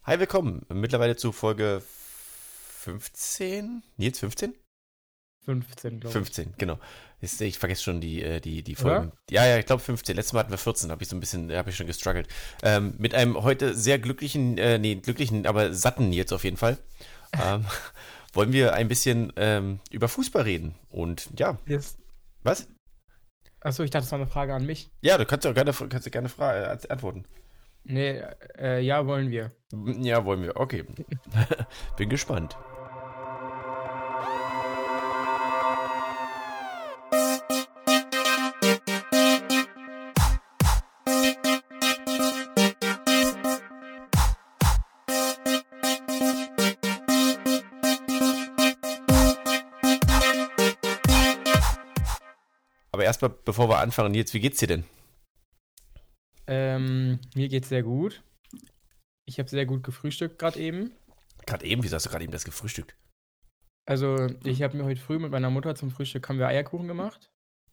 Hi, willkommen. Mittlerweile zu Folge 15? Nils, 15? 15, glaube ich. 15, genau. Ich vergesse schon die Oder? Folgen. Ja, ich glaube 15. Letztes Mal hatten wir 14, habe ich schon gestruggelt. Mit einem heute sehr glücklichen, aber satten Nils auf jeden Fall. Ähm, wollen wir ein bisschen über Fußball reden. Und ja, Jetzt. was? Achso, ich dachte, das war eine Frage an mich. Ja, du kannst auch gerne antworten. Nee, ja, wollen wir. Ja, wollen wir. Okay. Bin gespannt. Aber erstmal, bevor wir anfangen, Nils, wie geht's dir denn? Mir geht's sehr gut. Ich habe sehr gut gefrühstückt gerade eben. Gerade eben, wieso hast du gerade eben das gefrühstückt? Also, ich habe mir heute früh mit meiner Mutter zum Frühstück haben wir Eierkuchen gemacht.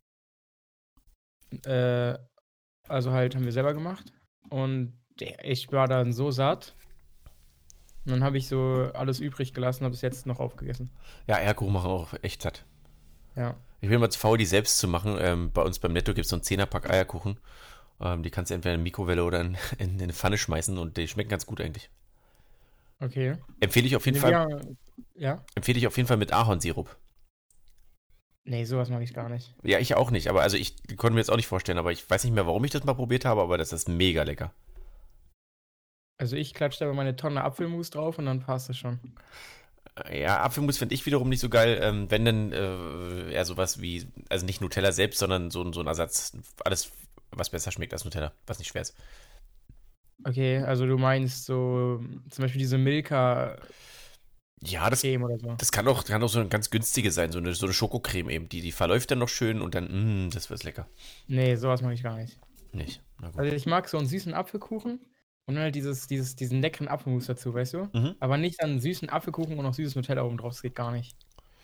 Äh, also halt haben wir selber gemacht. Und ich war dann so satt. Und dann habe ich so alles übrig gelassen, habe es jetzt noch aufgegessen. Ja, Eierkuchen machen auch echt satt. Ja. Ich bin mal zu faul, die selbst zu machen. Bei uns beim Netto gibt es so einen 10er-Pack Eierkuchen. Die kannst du entweder in eine Mikrowelle oder in eine Pfanne schmeißen und die schmecken ganz gut eigentlich. Okay. Empfehle ich auf jeden Nee, Fall, ja? empfehle ich auf jeden Fall mit Ahornsirup. Nee, sowas mag ich gar nicht. Ja, ich auch nicht, aber also ich konnte mir jetzt auch nicht vorstellen, aber ich weiß nicht mehr, warum ich das mal probiert habe, aber das ist mega lecker. Also ich klatsche da meine Tonne Apfelmus drauf und dann passt es schon. Ja, Apfelmus finde ich wiederum nicht so geil, wenn dann eher sowas wie, also nicht Nutella selbst, sondern so ein Ersatz, alles, was besser schmeckt als Nutella, was nicht schwer ist. Okay, also du meinst so zum Beispiel diese Milka-Creme Ja, oder so. das kann auch so eine ganz günstige sein, so eine Schokocreme eben, die verläuft dann noch schön und dann, das wird lecker. Nee, sowas mag ich gar nicht. Nicht, na gut. Also ich mag so einen süßen Apfelkuchen und dann halt diesen leckeren Apfelmus dazu, weißt du? Mhm. Aber nicht dann einen süßen Apfelkuchen und noch süßes Nutella oben drauf, das geht gar nicht.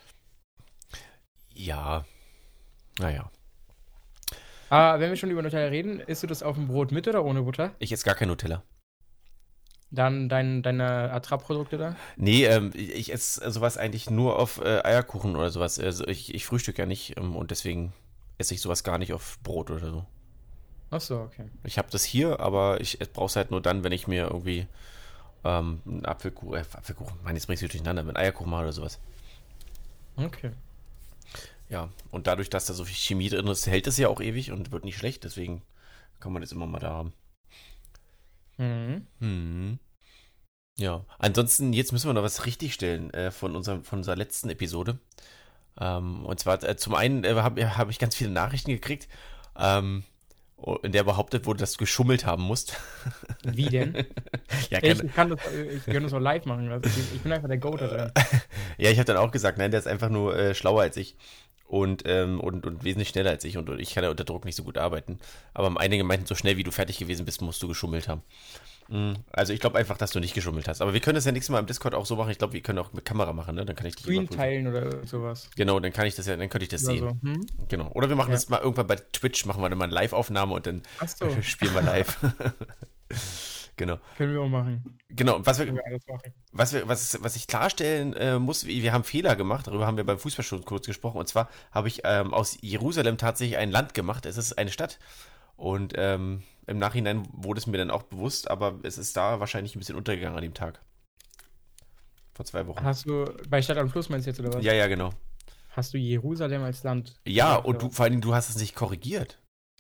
Ja, naja. Aber wenn wir schon über Nutella reden, isst du das auf dem Brot mit oder ohne Butter? Ich esse gar kein Nutella. Dann deine Attrapp-Produkte da? Nee, ich esse sowas eigentlich nur auf Eierkuchen oder sowas. Also ich frühstücke ja nicht und deswegen esse ich sowas gar nicht auf Brot oder so. Ach so, okay. Ich habe das hier, aber ich brauche es halt nur dann, wenn ich mir irgendwie einen Apfelkuchen, Mann, jetzt bringst du durcheinander, mit Eierkuchen mache oder sowas. Okay. Ja, und dadurch, dass da so viel Chemie drin ist, hält es ja auch ewig und wird nicht schlecht, deswegen kann man das immer mal da haben. Mhm. Hm. Ja, ansonsten, jetzt müssen wir noch was richtigstellen von unserer letzten Episode. Und zwar, zum einen hab ich ganz viele Nachrichten gekriegt, in der behauptet wurde, dass du geschummelt haben musst. Wie denn? Ja, Ich kann das auch live machen. Also ich bin einfach der Goat da drin. ja, ich habe dann auch gesagt, nein, der ist einfach nur schlauer als ich und wesentlich schneller als ich und ich kann ja unter Druck nicht so gut arbeiten. Aber einige meinten, so schnell wie du fertig gewesen bist, musst du geschummelt haben. Also ich glaube einfach, dass du nicht geschummelt hast. Aber wir können das ja nächstes Mal im Discord auch so machen. Ich glaube, wir können auch mit Kamera machen, ne? Dann kann ich dich Screen überprüfen. teilen oder sowas. Genau, dann könnte ich das Oder sehen. so. Hm? Genau. Oder wir machen Ja. das mal irgendwann bei Twitch, machen wir dann mal eine Live-Aufnahme und dann Ach so, spielen wir live. Genau. können wir auch machen. Genau. Und Können wir alles machen. was ich klarstellen muss, wir haben Fehler gemacht, darüber haben wir beim Fußball schon kurz gesprochen. Und zwar habe ich aus Jerusalem tatsächlich ein Land gemacht. Es ist eine Stadt. Und im Nachhinein wurde es mir dann auch bewusst, aber es ist da wahrscheinlich ein bisschen untergegangen an dem Tag. Vor 2 Wochen. Hast du, bei Stadt am Fluss meinst du jetzt, oder was? Ja, genau. Hast du Jerusalem als Land? Ja, gemacht, und oder? vor allen Dingen, du hast es nicht korrigiert.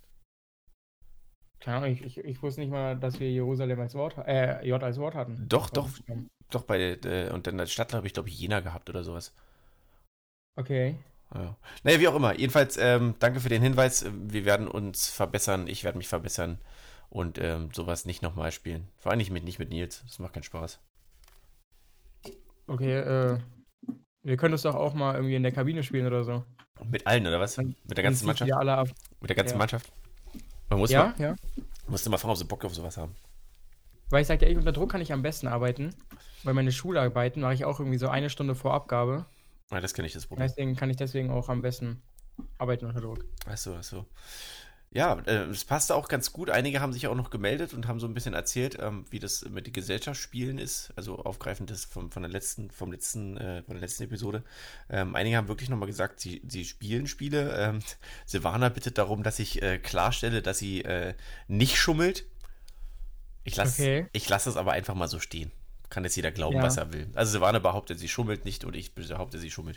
Keine Ahnung, ich wusste nicht mal, dass wir Jerusalem als Wort, J als Wort hatten. Doch, doch, und dann als Stadt habe ich, glaube ich, Jena gehabt oder sowas. Okay. Ja. Naja, wie auch immer. Jedenfalls, danke für den Hinweis. Wir werden uns verbessern. Ich werde mich verbessern und sowas nicht nochmal spielen. Vor allem nicht mit Nils. Das macht keinen Spaß. Okay, wir können das doch auch mal irgendwie in der Kabine spielen oder so. Mit allen, oder was? Dann- Mit der dann ganzen ziehst du Mannschaft? die alle ab. Mit der ganzen Ja. Mannschaft? Man muss Ja, ja. musste mal fragen, ob sie Bock auf sowas haben. Weil ich sag ja, unter Druck kann ich am besten arbeiten. Weil meine Schularbeiten mache ich auch irgendwie so 1 Stunde vor Abgabe. Ja, das kenne ich, das Und Problem. deswegen kann ich deswegen auch am besten arbeiten unter Druck. Ach so. Ja, es passte auch ganz gut. Einige haben sich auch noch gemeldet und haben so ein bisschen erzählt, wie das mit den Gesellschaftsspielen ist, also aufgreifend das von der letzten Episode. Einige haben wirklich nochmal gesagt, sie spielen Spiele. Silvana bittet darum, dass ich klarstelle, dass sie nicht schummelt. Okay. Ich lass das aber einfach mal so stehen. Kann jetzt jeder glauben, was Ja. er will. Also Silvana behauptet, sie schummelt nicht und ich behaupte, sie schummelt.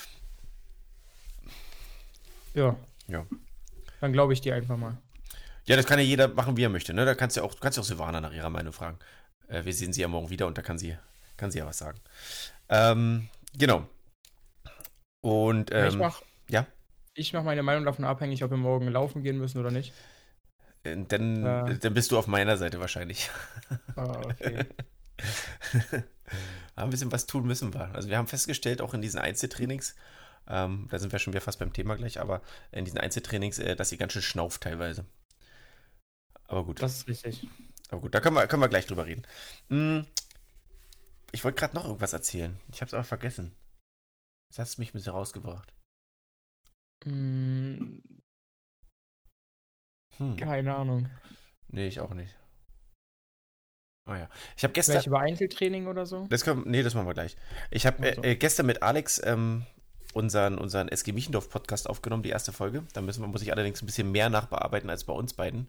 Ja. Ja. Dann glaube ich dir einfach mal. Ja, das kann ja jeder machen, wie er möchte. Ne? Du kannst ja auch Silvana nach ihrer Meinung fragen. Wir sehen sie ja morgen wieder und da kann sie ja was sagen. Genau. Und Ja, ja, ich mach meine Meinung davon abhängig, ob wir morgen laufen gehen müssen oder nicht. Äh, dann bist du auf meiner Seite wahrscheinlich. okay. Ein bisschen was tun müssen wir. Also wir haben festgestellt, auch in diesen Einzeltrainings, da sind wir schon wieder fast beim Thema gleich, aber in diesen Einzeltrainings, dass sie ganz schön schnauft teilweise. Aber gut. Das ist richtig. Aber gut, da können wir gleich drüber reden. Ich wollte gerade noch irgendwas erzählen. Ich habe es aber vergessen. Das hast mich ein bisschen rausgebracht. Mm, Hm. keine Ahnung. Nee, ich auch nicht. Ah ja. Ich habe gestern. Vielleicht über Einzeltraining oder so? Nee, das machen wir gleich. Ich habe Also. gestern mit Alex unseren SG Michendorf Podcast aufgenommen, die erste Folge. Da muss ich allerdings ein bisschen mehr nachbearbeiten als bei uns beiden.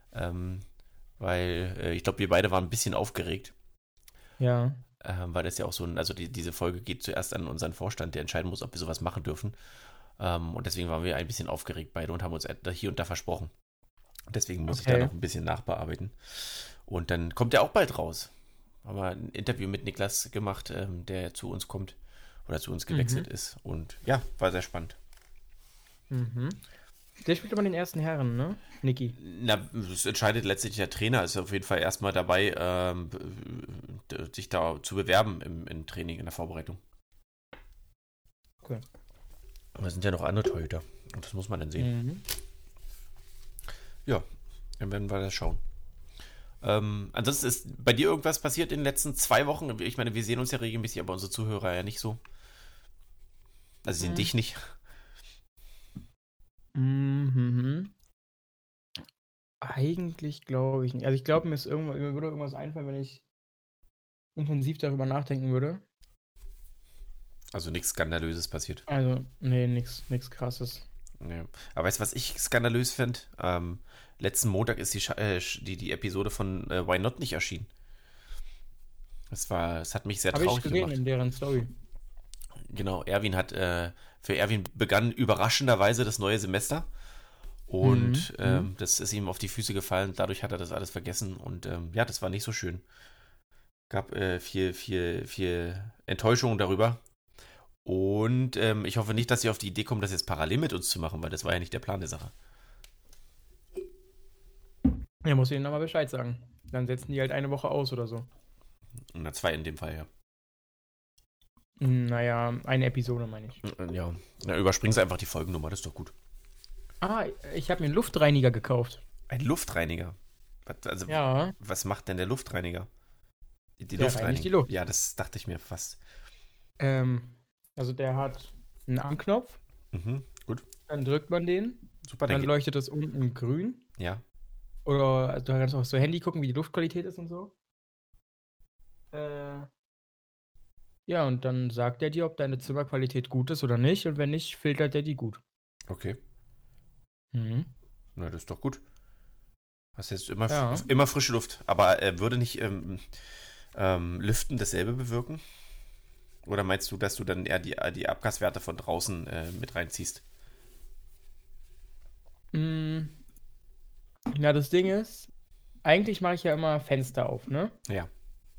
Weil ich glaube, wir beide waren ein bisschen aufgeregt. Ja. Weil das ja auch so also diese Folge geht zuerst an unseren Vorstand, der entscheiden muss, ob wir sowas machen dürfen. Und deswegen waren wir ein bisschen aufgeregt beide und haben uns hier und da versprochen. Deswegen muss ich da noch ein bisschen nachbearbeiten. Und dann kommt er auch bald raus. Haben wir ein Interview mit Niklas gemacht, der zu uns kommt oder zu uns gewechselt ist. Und ja, war sehr spannend. Mhm. Der spielt aber den ersten Herren, ne? Niki. Na, das entscheidet letztlich der Trainer. Ist auf jeden Fall erstmal dabei, sich da zu bewerben im Training, in der Vorbereitung. Okay. Aber es sind ja noch andere Torhüter. Und das muss man dann sehen. Mhm. Ja, dann werden wir das schauen. Ansonsten ist bei dir irgendwas passiert in den letzten 2 Wochen? Ich meine, wir sehen uns ja regelmäßig, aber unsere Zuhörer ja nicht so. Also sie sehen dich nicht. Mhm. Eigentlich glaube ich nicht. Also ich glaube, mir würde irgendwas einfallen, wenn ich intensiv darüber nachdenken würde. Also nichts Skandalöses passiert. Also, nee, nix krasses. Ja. Aber weißt du, was ich skandalös finde? Letzten Montag ist die Episode von Why Not nicht erschienen. Es hat mich sehr Habe ich traurig gesehen gemacht. in deren Story. Genau, für Erwin begann überraschenderweise das neue Semester. Und das ist ihm auf die Füße gefallen. Dadurch hat er das alles vergessen. Und ja, das war nicht so schön. Gab viel Enttäuschung darüber. Und ich hoffe nicht, dass sie auf die Idee kommen, das jetzt parallel mit uns zu machen, weil das war ja nicht der Plan der Sache. Ja, muss ich ihnen nochmal Bescheid sagen. Dann setzen die halt eine Woche aus oder so. Na, 2 in dem Fall, ja. Naja, eine Episode meine ich. Ja, na, überspringen sie einfach die Folgennummer, das ist doch gut. Ah, ich habe mir einen Luftreiniger gekauft. Ein Luftreiniger? Ja. Was macht denn der Luftreiniger? Der reinigt die Luft. Ja, das dachte ich mir fast. Also der hat einen Anknopf, Gut. dann drückt man den, Super, dann leuchtet das unten grün. Ja. Oder also du kannst auch so Handy gucken, wie die Luftqualität ist und so. Ja, und dann sagt er dir, ob deine Zimmerqualität gut ist oder nicht. Und wenn nicht, filtert er die gut. Okay. Mhm. Na, das ist doch gut. Hast jetzt immer, Ja. immer frische Luft. Aber würde nicht Lüften dasselbe bewirken? Oder meinst du, dass du dann eher die Abgaswerte von draußen mit reinziehst? Ja, das Ding ist, eigentlich mache ich ja immer Fenster auf, ne? Ja.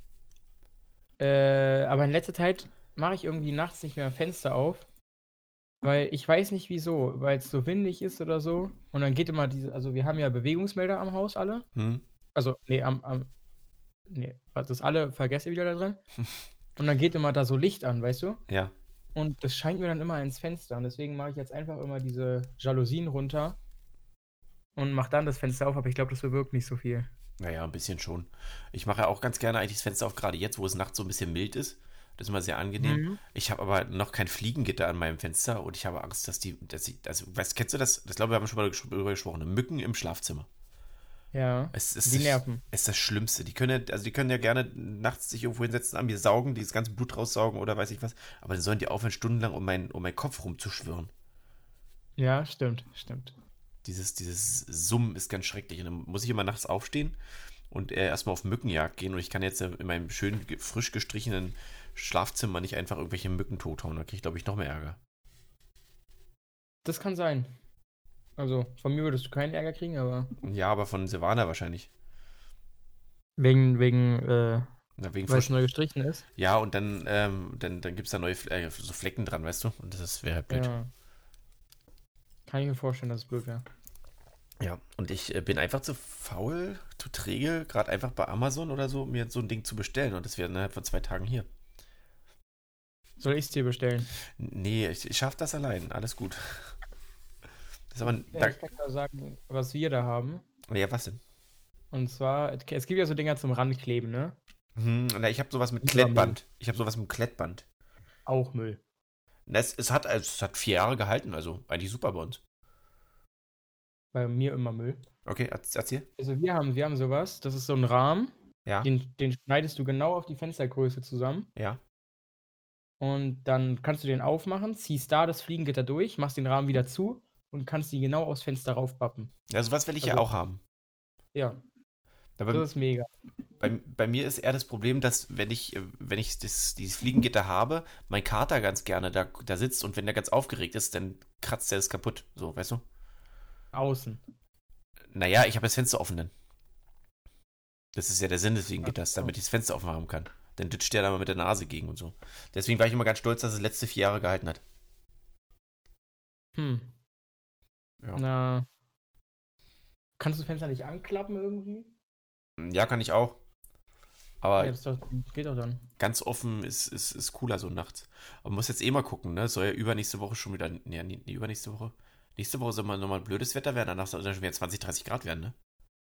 Aber in letzter Zeit mache ich irgendwie nachts nicht mehr Fenster auf, weil ich weiß nicht wieso, weil es so windig ist oder so. Und dann geht immer also wir haben ja Bewegungsmelder am Haus alle. Also, nee, das ist alle, vergesse ich wieder da drin. Und dann geht immer da so Licht an, weißt du? Ja. Und das scheint mir dann immer ins Fenster. Und deswegen mache ich jetzt einfach immer diese Jalousien runter und mache dann das Fenster auf, aber ich glaube, das bewirkt nicht so viel. Naja, ein bisschen schon. Ich mache ja auch ganz gerne eigentlich das Fenster auf, gerade jetzt, wo es nachts so ein bisschen mild ist. Das ist immer sehr angenehm. Ich habe aber noch kein Fliegengitter an meinem Fenster und ich habe Angst, kennst du das? Das glaube ich, wir haben schon mal darüber gesprochen. Mücken im Schlafzimmer. Ja, Es ist die nerven. es ist das Schlimmste. Die können ja gerne nachts sich irgendwo hinsetzen, an mir saugen, die das ganze Blut raussaugen oder weiß ich was. Aber dann sollen die aufhören, stundenlang um meinen Kopf rumzuschwirren. Ja, stimmt, stimmt. Dieses Summen ist ganz schrecklich. Und dann muss ich immer nachts aufstehen und erstmal auf Mückenjagd gehen. Und ich kann jetzt in meinem schön frisch gestrichenen Schlafzimmer nicht einfach irgendwelche Mücken tothauen. Da kriege ich, glaube ich, noch mehr Ärger. Das kann sein. Also, von mir würdest du keinen Ärger kriegen, aber Ja, aber von Silvana wahrscheinlich. wegen, Na, wegen weil es frisch. neu gestrichen ist. Ja, und dann gibt es da neue so Flecken dran, weißt du? Und das wäre halt blöd. Ja. Kann ich mir vorstellen, dass es blöd wäre. Ja, und ich bin einfach zu faul, zu träge, gerade einfach bei Amazon oder so, mir so ein Ding zu bestellen. Und das wäre innerhalb von 2 Tagen hier. Soll ich es dir bestellen? Nee, ich schaffe das allein. Alles gut. Das ist aber. Ja, ich kann mal sagen, was wir da haben. Ja, was denn? Und zwar, es gibt ja so Dinger zum Randkleben, ne? Na, ich habe sowas mit Übermüll. Klettband. Ich habe sowas mit Klettband. Auch Müll. Es hat 4 Jahre gehalten, also eigentlich super bei uns. Bei mir immer Müll. Okay, erzähl. Also wir haben sowas, das ist so ein Rahmen, Ja, den schneidest du genau auf die Fenstergröße zusammen ja. und dann kannst du den aufmachen, ziehst da das Fliegengitter durch, machst den Rahmen wieder zu und kannst die genau aufs Fenster raufpappen. Ja, sowas will ich ja Also, auch haben. ja, Aber das ist mega. bei mir ist eher das Problem, dass wenn ich dieses Fliegengitter habe, mein Kater ganz gerne da sitzt und wenn der ganz aufgeregt ist, dann kratzt er es kaputt. So, weißt du? Außen. Naja, ich habe das Fenster offen dann. Das ist ja der Sinn des Ach Fliegengitters, so. damit ich das Fenster offen haben kann. Dann ditcht der da mal mit der Nase gegen und so. Deswegen war ich immer ganz stolz, dass es letzte 4 Jahre gehalten hat. Hm. Ja. Na, kannst du das Fenster nicht anklappen irgendwie? Ja, kann ich auch. Aber Ja, das geht doch dann. ganz offen ist cooler so nachts. Aber man muss jetzt mal gucken, ne? Soll ja übernächste Woche schon wieder. Nee, übernächste Woche. Nächste Woche soll mal nochmal blödes Wetter werden, danach soll es schon wieder 20, 30 Grad werden, ne?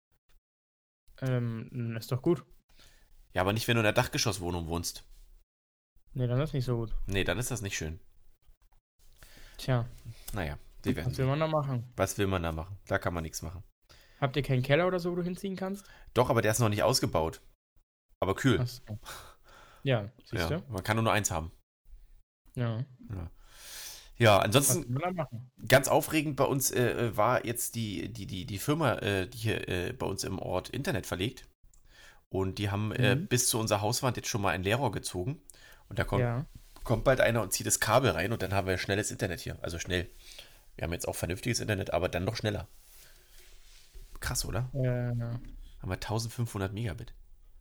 Ist doch gut. Ja, aber nicht, wenn du in der Dachgeschosswohnung wohnst. Nee, dann ist nicht so gut. Nee, dann ist das nicht schön. Tja, Naja, wir werden was will sehen. man da machen? Was will man da machen? Da kann man nichts machen. Habt ihr keinen Keller oder so, wo du hinziehen kannst? Doch, aber der ist noch nicht ausgebaut. Aber kühl. Achso. Ja, siehst Ja, du? man kann nur eins haben. Ja. Ja, ja Was ansonsten will man da machen? ganz aufregend bei uns war jetzt die Firma, die hier bei uns im Ort Internet verlegt. Und die haben bis zu unserer Hauswand jetzt schon mal ein Leerrohr gezogen. Und da Ja. kommt bald einer und zieht das Kabel rein und dann haben wir schnelles Internet hier. Also schnell. Wir haben jetzt auch vernünftiges Internet, aber dann noch schneller. Krass, oder? Haben wir 1500 Megabit.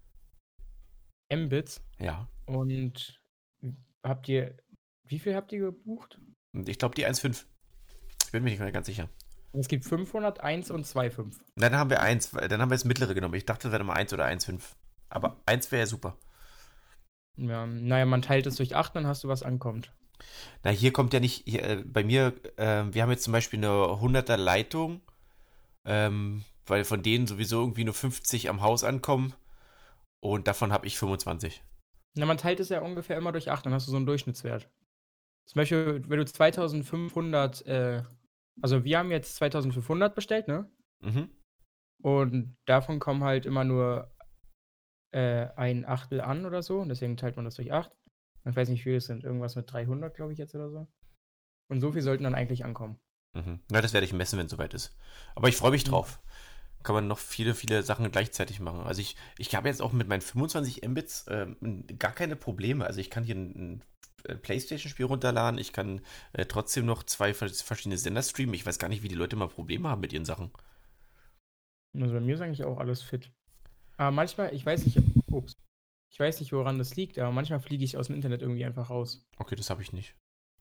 Mbits. Ja. Und wie viel habt ihr gebucht? Und ich glaube die 1,5. Ich bin mir nicht mehr ganz sicher. Es gibt 500, 1 und 2,5. Dann haben wir dann haben wir das mittlere genommen. Ich dachte, das wäre mal 1 oder 1,5. Aber 1 wäre ja super. Ja, naja, man teilt es durch 8, dann hast du, was ankommt. Na, hier kommt ja nicht, bei mir, wir haben jetzt zum Beispiel eine 100er Leitung, weil von denen sowieso irgendwie nur 50 am Haus ankommen und davon habe ich 25. Na, man teilt es ja ungefähr immer durch 8, dann hast du so einen Durchschnittswert. Zum Beispiel, wenn du 2500, also wir haben jetzt 2500 bestellt, ne? Mhm. Und davon kommen halt immer nur ein Achtel an oder so. Und deswegen teilt man das durch 8. Ich weiß nicht, wie viel es sind. Irgendwas mit 300, glaube ich, jetzt oder so. Und so viel sollten dann eigentlich ankommen. Mhm. Na, das werde ich messen, wenn es soweit ist. Aber ich freue mich drauf. Kann man noch viele, viele Sachen gleichzeitig machen. Also ich habe jetzt auch mit meinen 25 Mbits gar keine Probleme. Also ich kann hier ein PlayStation-Spiel runterladen. Ich kann trotzdem noch 2 verschiedene Sender streamen. Ich weiß gar nicht, wie die Leute mal Probleme haben mit ihren Sachen. Also bei mir ist eigentlich auch alles fit. Aber manchmal, ich weiß nicht, woran das liegt, aber manchmal fliege ich aus dem Internet irgendwie einfach raus. Okay, das habe ich nicht.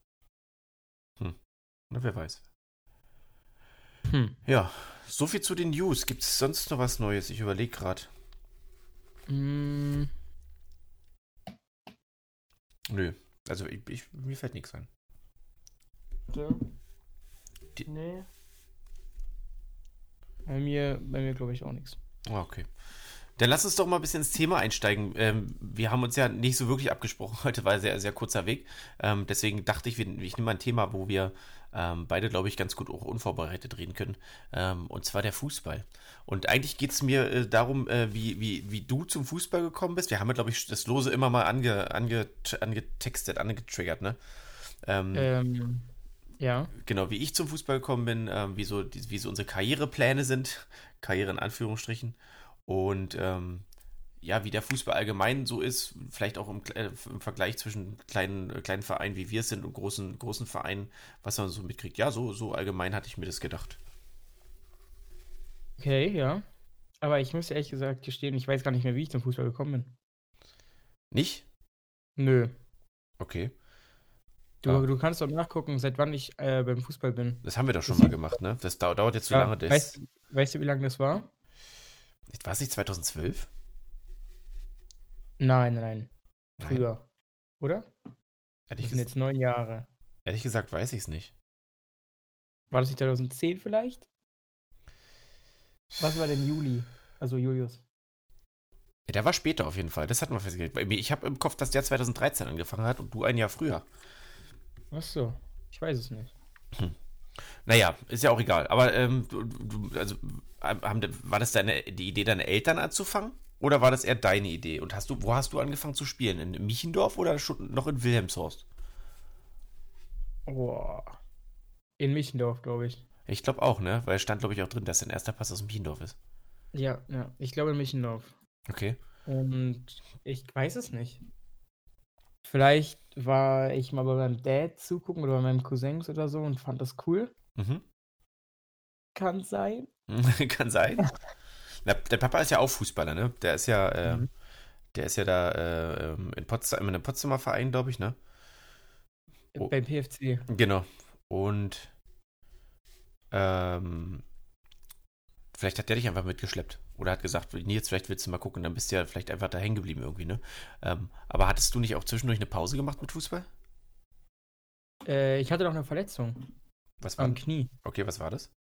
Na, wer weiß. Ja, so viel zu den News. Gibt es sonst noch was Neues? Ich überlege gerade. Mm, Nö. Also mir fällt nichts ein. Nee. Bei mir glaube ich auch nichts. Ah, okay. Dann lass uns doch mal ein bisschen ins Thema einsteigen. Wir haben uns ja nicht so wirklich abgesprochen. Heute war ein sehr, sehr kurzer Weg. Deswegen dachte ich, ich nehme mal ein Thema, wo wir beide, glaube ich, ganz gut auch unvorbereitet reden können. Und zwar der Fußball. Und eigentlich geht es mir darum, wie du zum Fußball gekommen bist. Wir haben ja, glaube ich, das Lose immer mal angetextet, angetriggert, ne? Ja. Genau, wie ich zum Fußball gekommen bin, wie so unsere Karrierepläne sind. Karriere in Anführungsstrichen. Und ja, wie der Fußball allgemein so ist, vielleicht auch im Vergleich zwischen kleinen Vereinen, wie wir es sind, und großen Vereinen, was man so mitkriegt. Ja, so allgemein hatte ich mir das gedacht. Okay, ja. Aber ich muss ehrlich gesagt gestehen, ich weiß gar nicht mehr, wie ich zum Fußball gekommen bin. Nicht? Nö. Okay. Du kannst doch nachgucken, seit wann ich beim Fußball bin. Das haben wir doch schon mal gemacht, ne? Das dauert jetzt zu lange. Weißt du, wie lange das war? War es nicht 2012? Nein. Früher. Oder? Das sind Ehrlich jetzt 9 Jahre. gesagt weiß ich es nicht. War das nicht 2010 vielleicht? Was war denn Juli? Also Julius. Ja, der war später auf jeden Fall. Das hatten wir festgelegt. Ich habe im Kopf, dass der 2013 angefangen hat und du ein Jahr früher. Ach so. Ich weiß es nicht. Naja, ist ja auch egal. Aber war das die Idee deiner Eltern anzufangen? Oder war das eher deine Idee? Und wo hast du angefangen zu spielen? In Michendorf oder schon noch in Wilhelmshorst? Boah. In Michendorf, glaube ich. Ich glaube auch, ne? Weil es stand, glaube ich, auch drin, dass dein erster Pass aus Michendorf ist. Ja. Ich glaube in Michendorf. Okay. Und ich weiß es nicht. Vielleicht war ich mal bei meinem Dad zugucken oder bei meinen Cousins oder so und fand das cool. Mhm. Kann sein. Kann sein. Na, der Papa ist ja auch Fußballer, ne? Der ist ja da in Potsdam, in einem Potsdamer Verein, glaube ich, ne? Beim PFC. Genau. Und vielleicht hat der dich einfach mitgeschleppt. Oder hat gesagt, Nils, vielleicht willst du mal gucken, dann bist du ja vielleicht einfach da hängen geblieben irgendwie, ne? Aber hattest du nicht auch zwischendurch eine Pause gemacht mit Fußball? Ich hatte noch eine Verletzung Was war? am Knie. Okay, was war das?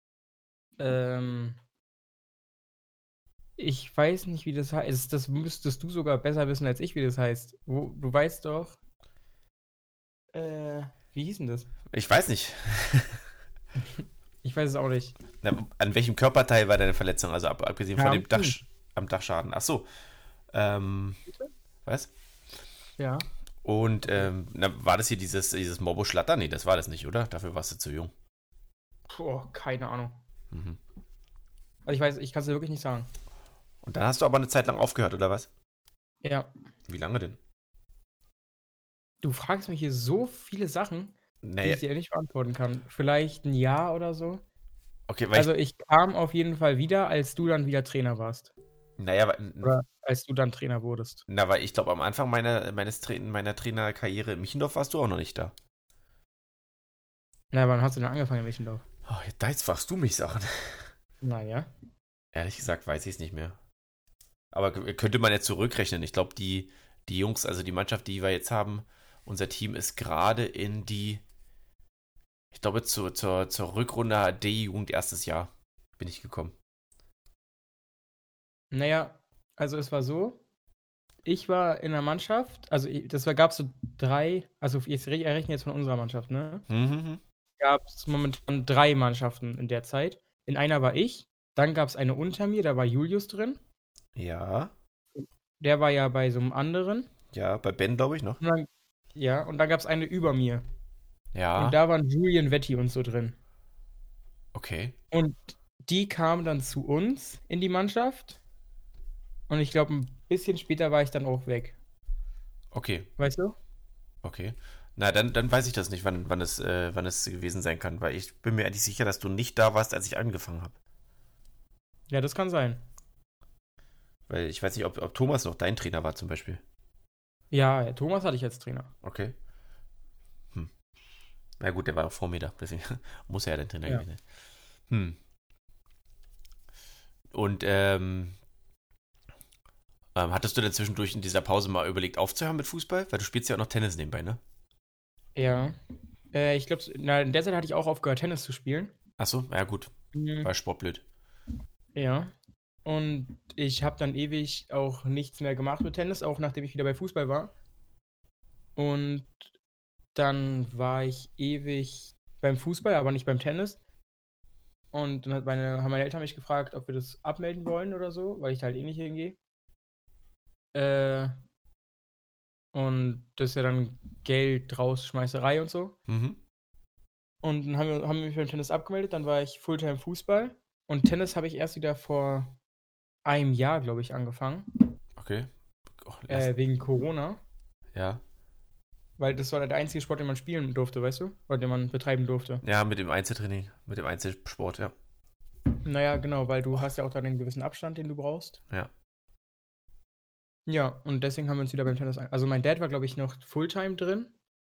Ich weiß nicht, wie das heißt. Das müsstest du sogar besser wissen als ich, wie das heißt. Du weißt doch. Wie hieß denn das? Ich weiß nicht. Ich weiß es auch nicht. Na, an welchem Körperteil war deine Verletzung? Also abgesehen von dem am Dachschaden. Ach so. Was? Ja. Und war das hier dieses Morbo-Schlatter? Nee, das war das nicht, oder? Dafür warst du zu jung. Boah, keine Ahnung. Mhm. Also ich kann es dir wirklich nicht sagen. Und dann hast du aber eine Zeit lang aufgehört, oder was? Ja. Wie lange denn? Du fragst mich hier so viele Sachen, die Naja, ich dir nicht beantworten kann. Vielleicht ein Jahr oder so. okay, Also ich kam auf jeden Fall wieder, als du dann wieder Trainer warst. naja, Oder als du dann Trainer wurdest. weil ich glaube, am Anfang meiner Trainerkarriere in Michendorf warst du auch noch nicht da. Na, wann hast du denn angefangen in Michendorf? Oh, jetzt fragst du mich Sachen. Naja. Ehrlich gesagt weiß ich es nicht mehr. Aber könnte man jetzt zurückrechnen. Ich glaube, die Jungs, also die Mannschaft, die wir jetzt haben, unser Team ist gerade ich glaube, zur Rückrunde D-Jugend erstes Jahr bin ich gekommen. Naja, also es war so, ich war in der Mannschaft, also gab es so 3, also ich rechne jetzt von unserer Mannschaft, ne? Mhm. Gab es momentan 3 Mannschaften in der Zeit. In einer war ich, dann gab es eine unter mir, da war Julius drin. Ja. Der war ja bei so einem anderen. Ja, bei Ben, glaube ich, noch. Und dann gab es eine über mir. Ja. Und da waren Julian Vetti und so drin. Okay. Und die kamen dann zu uns in die Mannschaft. Und ich glaube, ein bisschen später war ich dann auch weg. Okay. Weißt du? Okay. Na, dann weiß ich das nicht, wann es gewesen sein kann, weil ich bin mir eigentlich sicher, dass du nicht da warst, als ich angefangen habe. Ja, das kann sein. Weil ich weiß nicht, ob Thomas noch dein Trainer war zum Beispiel. Ja, Thomas hatte ich als Trainer. Okay. Na gut, der war auch vor mir da, deswegen muss er ja dein Trainer gewesen sein. Und hattest du denn zwischendurch in dieser Pause mal überlegt aufzuhören mit Fußball? Weil du spielst ja auch noch Tennis nebenbei, ne? Ja. Ich glaube, in der Zeit hatte ich auch aufgehört, Tennis zu spielen. Ach so, ja gut. War Sport blöd. Ja. Und ich habe dann ewig auch nichts mehr gemacht mit Tennis, auch nachdem ich wieder bei Fußball war. Und dann war ich ewig beim Fußball, aber nicht beim Tennis. Und dann haben meine Eltern mich gefragt, ob wir das abmelden wollen oder so, weil ich da halt eh nicht hingehe. Und das ist ja dann Geld, Rausschmeißerei und so. Mhm. Und dann haben wir mich beim Tennis abgemeldet, dann war ich Fulltime Fußball. Und Tennis habe ich erst wieder vor einem Jahr, glaube ich, angefangen. Okay. Wegen Corona. Ja. Weil das war der einzige Sport, den man spielen durfte, weißt du? Oder den man betreiben durfte. Ja, mit dem Einzeltraining, mit dem Einzelsport, ja. Naja, genau, weil du hast ja auch dann einen gewissen Abstand, den du brauchst. Ja. Ja, und deswegen haben wir uns wieder beim Tennis Also mein Dad war, glaube ich, noch Fulltime drin.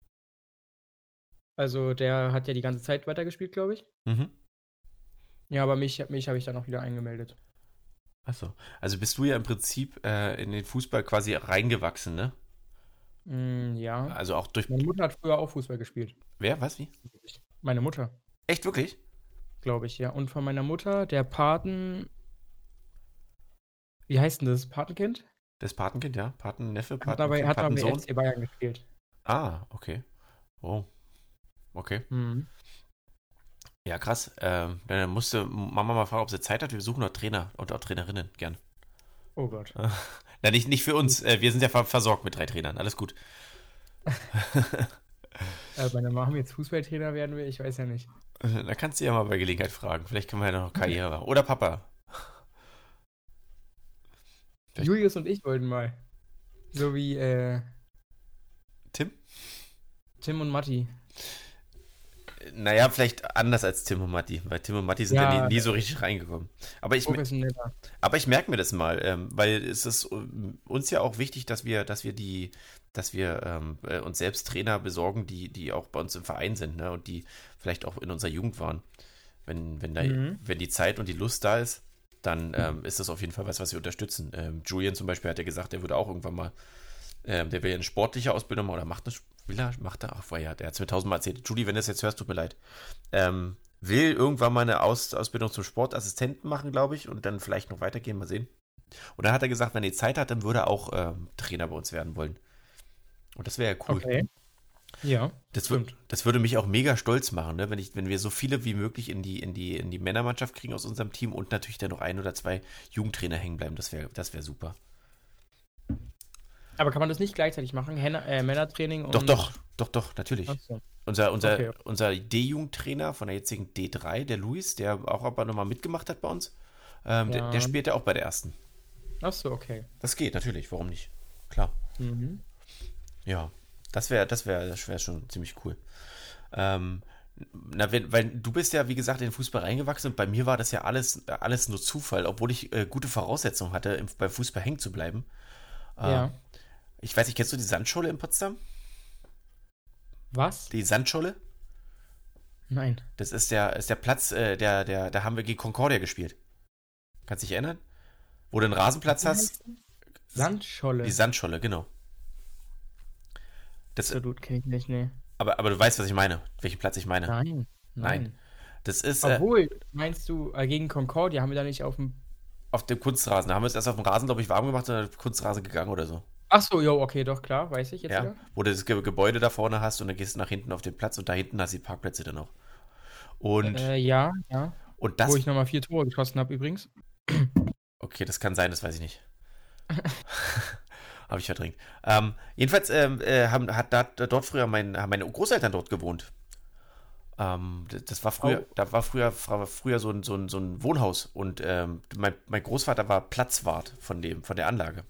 Also der hat ja die ganze Zeit weitergespielt, glaube ich. Mhm. Ja, aber mich habe ich dann auch wieder eingemeldet. Achso. Also bist du ja im Prinzip in den Fußball quasi reingewachsen, ne? Ja. Also auch durch. Meine Mutter hat früher auch Fußball gespielt. Wer? Was? Wie? Meine Mutter, Echt, wirklich? glaube ich, ja. Und von meiner Mutter, der Paten. Wie heißt denn das? Patenkind? Das Patenkind, ja? Patenneffe, Hat aber bei Patensohn? FC Bayern gespielt. Ah, okay. Oh, okay. Mhm. Ja, krass. Dann musste Mama mal fragen, ob sie Zeit hat. Wir suchen noch Trainer und auch Trainerinnen, gern. Oh Gott. Na, nicht für uns. Wir sind ja versorgt mit 3 Trainern. Alles gut. Meine Mama jetzt Fußballtrainer werden will, ich weiß ja nicht. Da kannst du ja mal bei Gelegenheit fragen. Vielleicht können wir ja noch Karriere machen. Oder Papa. Vielleicht- Julius und ich wollten mal. So wie Tim? Tim und Matti. Naja, vielleicht anders als Tim und Matti, weil Tim und Matti sind ja Ja, nie so richtig reingekommen. Aber ich professioneller. merke mir das mal, weil es ist uns ja auch wichtig, dass wir uns selbst Trainer besorgen, die auch bei uns im Verein sind, ne, und die vielleicht auch in unserer Jugend waren. Wenn die Zeit und die Lust da ist, dann ist das auf jeden Fall was wir unterstützen. Julian zum Beispiel hat ja gesagt, er würde auch irgendwann mal, der will ja eine sportliche Ausbildung machen oder macht er? Ach, ja, der hat es mir 1000-mal erzählt. Julie, wenn du das jetzt hörst, tut mir leid. Will irgendwann mal eine Ausbildung zum Sportassistenten machen, glaube ich, und dann vielleicht noch weitergehen, mal sehen. Und dann hat er gesagt, wenn er die Zeit hat, dann würde er auch Trainer bei uns werden wollen. Und das wäre ja cool. Okay. Ja, Das stimmt. würde mich auch mega stolz machen, ne? Wenn wir so viele wie möglich in die Männermannschaft kriegen aus unserem Team und natürlich dann noch 1 oder 2 Jugendtrainer hängen bleiben. Das wär super. Aber kann man das nicht gleichzeitig machen? Männertraining und. Doch, natürlich. Ach so. Unser Okay. D-Jugendtrainer von der jetzigen D3, der Luis, der auch aber nochmal mitgemacht hat bei uns, der Ja. spielt ja auch bei der ersten. Ach so, okay. Das geht, natürlich, warum nicht? Klar. Mhm. Ja, das wär schon ziemlich cool. Weil du bist ja, wie gesagt, in den Fußball reingewachsen und bei mir war das ja alles nur Zufall, obwohl ich gute Voraussetzungen hatte, beim Fußball hängen zu bleiben. Ja. Ich weiß nicht, kennst du die Sandscholle in Potsdam? Was? Die Sandscholle? Nein. Das ist der Platz, da haben wir gegen Concordia gespielt. Kannst du dich erinnern? Wo du einen Rasenplatz Wie hast. heißt das? Sandscholle. Die Sandscholle, genau. Das, Absolut kenne ich nicht, nee. aber du weißt, was ich meine. Welchen Platz ich meine. Nein. Nein. Das ist Obwohl, meinst du, gegen Concordia haben wir da nicht auf dem. auf dem Kunstrasen. Da haben wir es erst auf dem Rasen, glaube ich, warm gemacht und dann auf den Kunstrasen gegangen oder so. Ach so, jo, okay, doch, klar, weiß ich jetzt Ja, wieder. wo du das Gebäude da vorne hast und dann gehst du nach hinten auf den Platz und da hinten hast du die Parkplätze dann noch. Und, Ja. und Wo das, ich nochmal 4 Tore geschossen habe übrigens. okay, das kann sein, das weiß ich nicht. Habe ich verdrängt. Jedenfalls dort früher haben meine Großeltern dort gewohnt. Das war früher, Oh. da war früher so ein Wohnhaus und mein Großvater war Platzwart von der Anlage.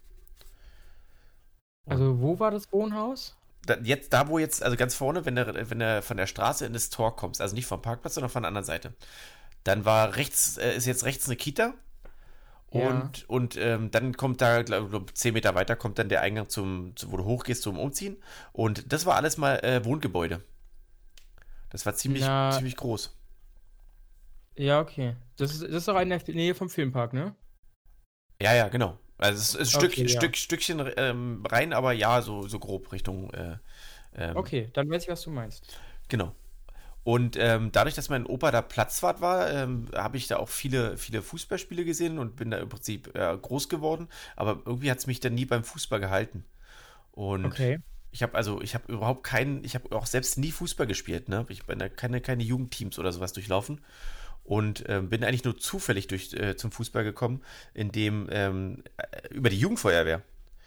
Also, wo war das Wohnhaus? Also ganz vorne, wenn du von der Straße in das Tor kommst, also nicht vom Parkplatz, sondern von der anderen Seite, dann ist jetzt rechts eine Kita Ja. und dann kommt da, glaub, 10 Meter weiter kommt dann der Eingang wo du hochgehst zum Umziehen und das war alles mal Wohngebäude. Das war Na, ziemlich groß. ja, okay. Das ist doch in der Nähe vom Filmpark, ne? Ja, genau. Also es ist Okay, ja. Stückchen rein, aber ja, so grob Richtung. Okay, dann weiß ich, was du meinst. Genau. Und dadurch, dass mein Opa da Platzwart war, habe ich da auch viele, viele Fußballspiele gesehen und bin da im Prinzip groß geworden. Aber irgendwie hat es mich dann nie beim Fußball gehalten. Und Okay. ich habe ich habe auch selbst nie Fußball gespielt, ne? Ich bin da keine Jugendteams oder sowas durchlaufen. Und bin eigentlich nur zufällig zum Fußball gekommen, über die Jugendfeuerwehr.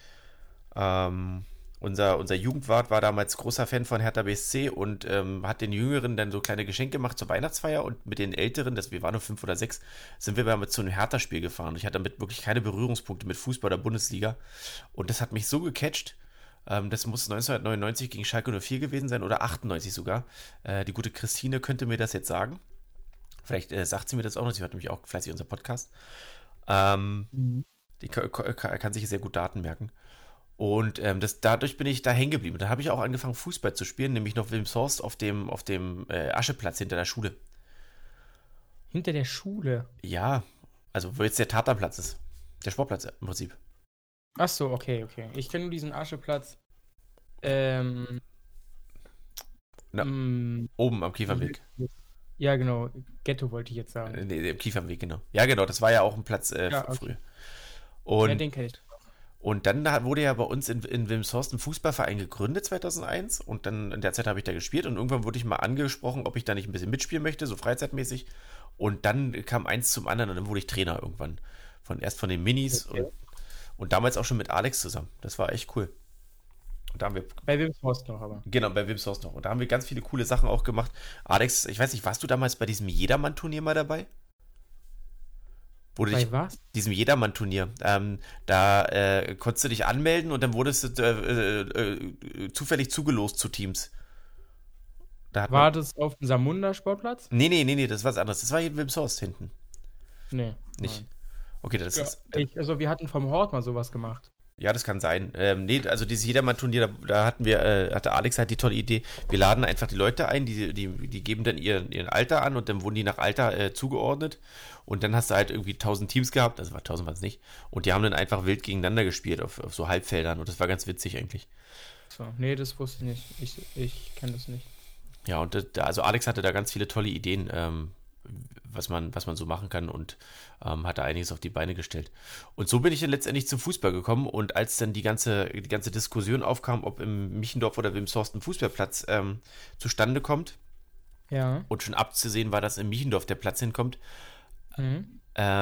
Unser Jugendwart war damals großer Fan von Hertha BSC und hat den Jüngeren dann so kleine Geschenke gemacht zur Weihnachtsfeier und mit den Älteren, wir waren nur 5 oder 6, sind wir mal zu einem Hertha-Spiel gefahren. Ich hatte damit wirklich keine Berührungspunkte mit Fußball oder Bundesliga und das hat mich so gecatcht. Das muss 1999 gegen Schalke 04 gewesen sein oder 98 sogar. Die gute Christine könnte mir das jetzt sagen. Vielleicht sagt sie mir das auch noch, sie hört nämlich auch fleißig unser Podcast. Mhm. Die kann sich sehr gut Daten merken. Und dadurch bin ich da hängen geblieben. Da habe ich auch angefangen, Fußball zu spielen, nämlich noch Wilmshorst auf dem Ascheplatz hinter der Schule. Hinter der Schule. Ja, also wo jetzt der Tatanplatz ist. Der Sportplatz im Prinzip. Ach so, okay, okay. Ich kenne nur diesen Ascheplatz. Ähm, Na, mh, oben am Kiefernweg. ja, genau. Ghetto wollte ich jetzt sagen. Nee, am Kiefernweg, genau. Ja, genau, das war ja auch ein Platz Ja, okay. früher. Ja, Und, den kenne ich. und dann wurde ja bei uns in Wilmshorst ein Fußballverein gegründet 2001 und dann in der Zeit habe ich da gespielt und irgendwann wurde ich mal angesprochen, ob ich da nicht ein bisschen mitspielen möchte, so freizeitmäßig. Und dann kam eins zum anderen und dann wurde ich Trainer irgendwann. Erst von den Minis Okay. und damals auch schon mit Alex zusammen. Das war echt cool. Und da haben wir, Bei Wilmshorst noch, aber. genau, bei Wilmshorst noch. Und da haben wir ganz viele coole Sachen auch gemacht. Alex, ich weiß nicht, warst du damals bei diesem Jedermann-Turnier mal dabei? Bei was? Diesem Jedermann-Turnier. Da konntest du dich anmelden und dann wurdest du zufällig zugelost zu Teams. Da hat man. War das auf dem Samunda Sportplatz? Nee, das war was anderes. Das war hier in Wilmshorst hinten. Nee. Nicht. Nein. Okay, das Ja, ist. also wir hatten vom Hort mal sowas gemacht. Ja, das kann sein. Nee, also dieses Jedermann-Turnier, da hatte Alex halt die tolle Idee, wir laden einfach die Leute ein, die geben dann ihren Alter an und dann wurden die nach Alter zugeordnet und dann hast du halt irgendwie 1000 Teams gehabt, also 1000 waren es nicht, und die haben dann einfach wild gegeneinander gespielt auf so Halbfeldern und das war ganz witzig eigentlich. So, nee, das wusste ich nicht. Ich kenne das nicht. Ja, und also Alex hatte da ganz viele tolle Ideen, was man so machen kann und hat da einiges auf die Beine gestellt. Und so bin ich dann letztendlich zum Fußball gekommen und als dann die ganze Diskussion aufkam, ob im Michendorf oder Wilmshorst ein Fußballplatz zustande kommt Ja. und schon abzusehen war, dass im Michendorf der Platz hinkommt, Mhm.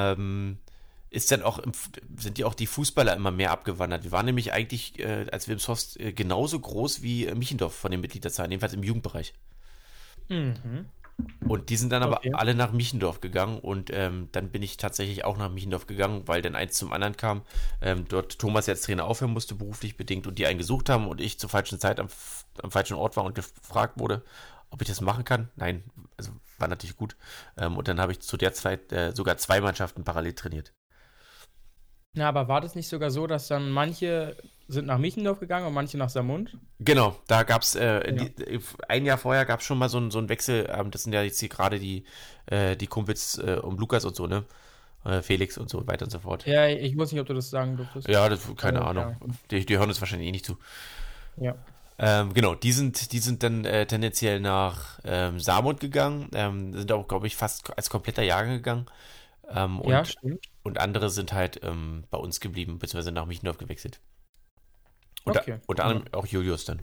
ist dann auch sind die auch die Fußballer immer mehr abgewandert. Wir waren nämlich eigentlich als Wilmshorst genauso groß wie Michendorf von den Mitgliederzahlen, jedenfalls im Jugendbereich. Mhm. Und die sind dann aber Okay. alle nach Michendorf gegangen und dann bin ich tatsächlich auch nach Michendorf gegangen, weil dann eins zum anderen kam. Dort Thomas jetzt Trainer aufhören musste, beruflich bedingt, und die einen gesucht haben und ich zur falschen Zeit am falschen Ort war und gefragt wurde, ob ich das machen kann. Nein, also war natürlich gut. Und dann habe ich zu der Zeit sogar 2 Mannschaften parallel trainiert. Na, aber war das nicht sogar so, dass dann manche sind nach Michendorf gegangen und manche nach Samund? Genau, da gab es Ja. ein Jahr vorher gab es schon mal so einen Wechsel. Das sind ja jetzt hier gerade die Kumpels um Lukas und so, ne? Felix und so weiter und so fort. Ja, ich weiß nicht, ob du das sagen durftest. Ja, keine Aber, Ahnung. Die hören uns wahrscheinlich eh nicht zu. Ja. Genau, die sind dann tendenziell nach Samund gegangen, sind auch, glaube ich, fast als kompletter Jahrgang gegangen. Ja, stimmt. Und andere sind halt bei uns geblieben, beziehungsweise nach Michendorf gewechselt. Okay. Unter anderem auch Julius dann.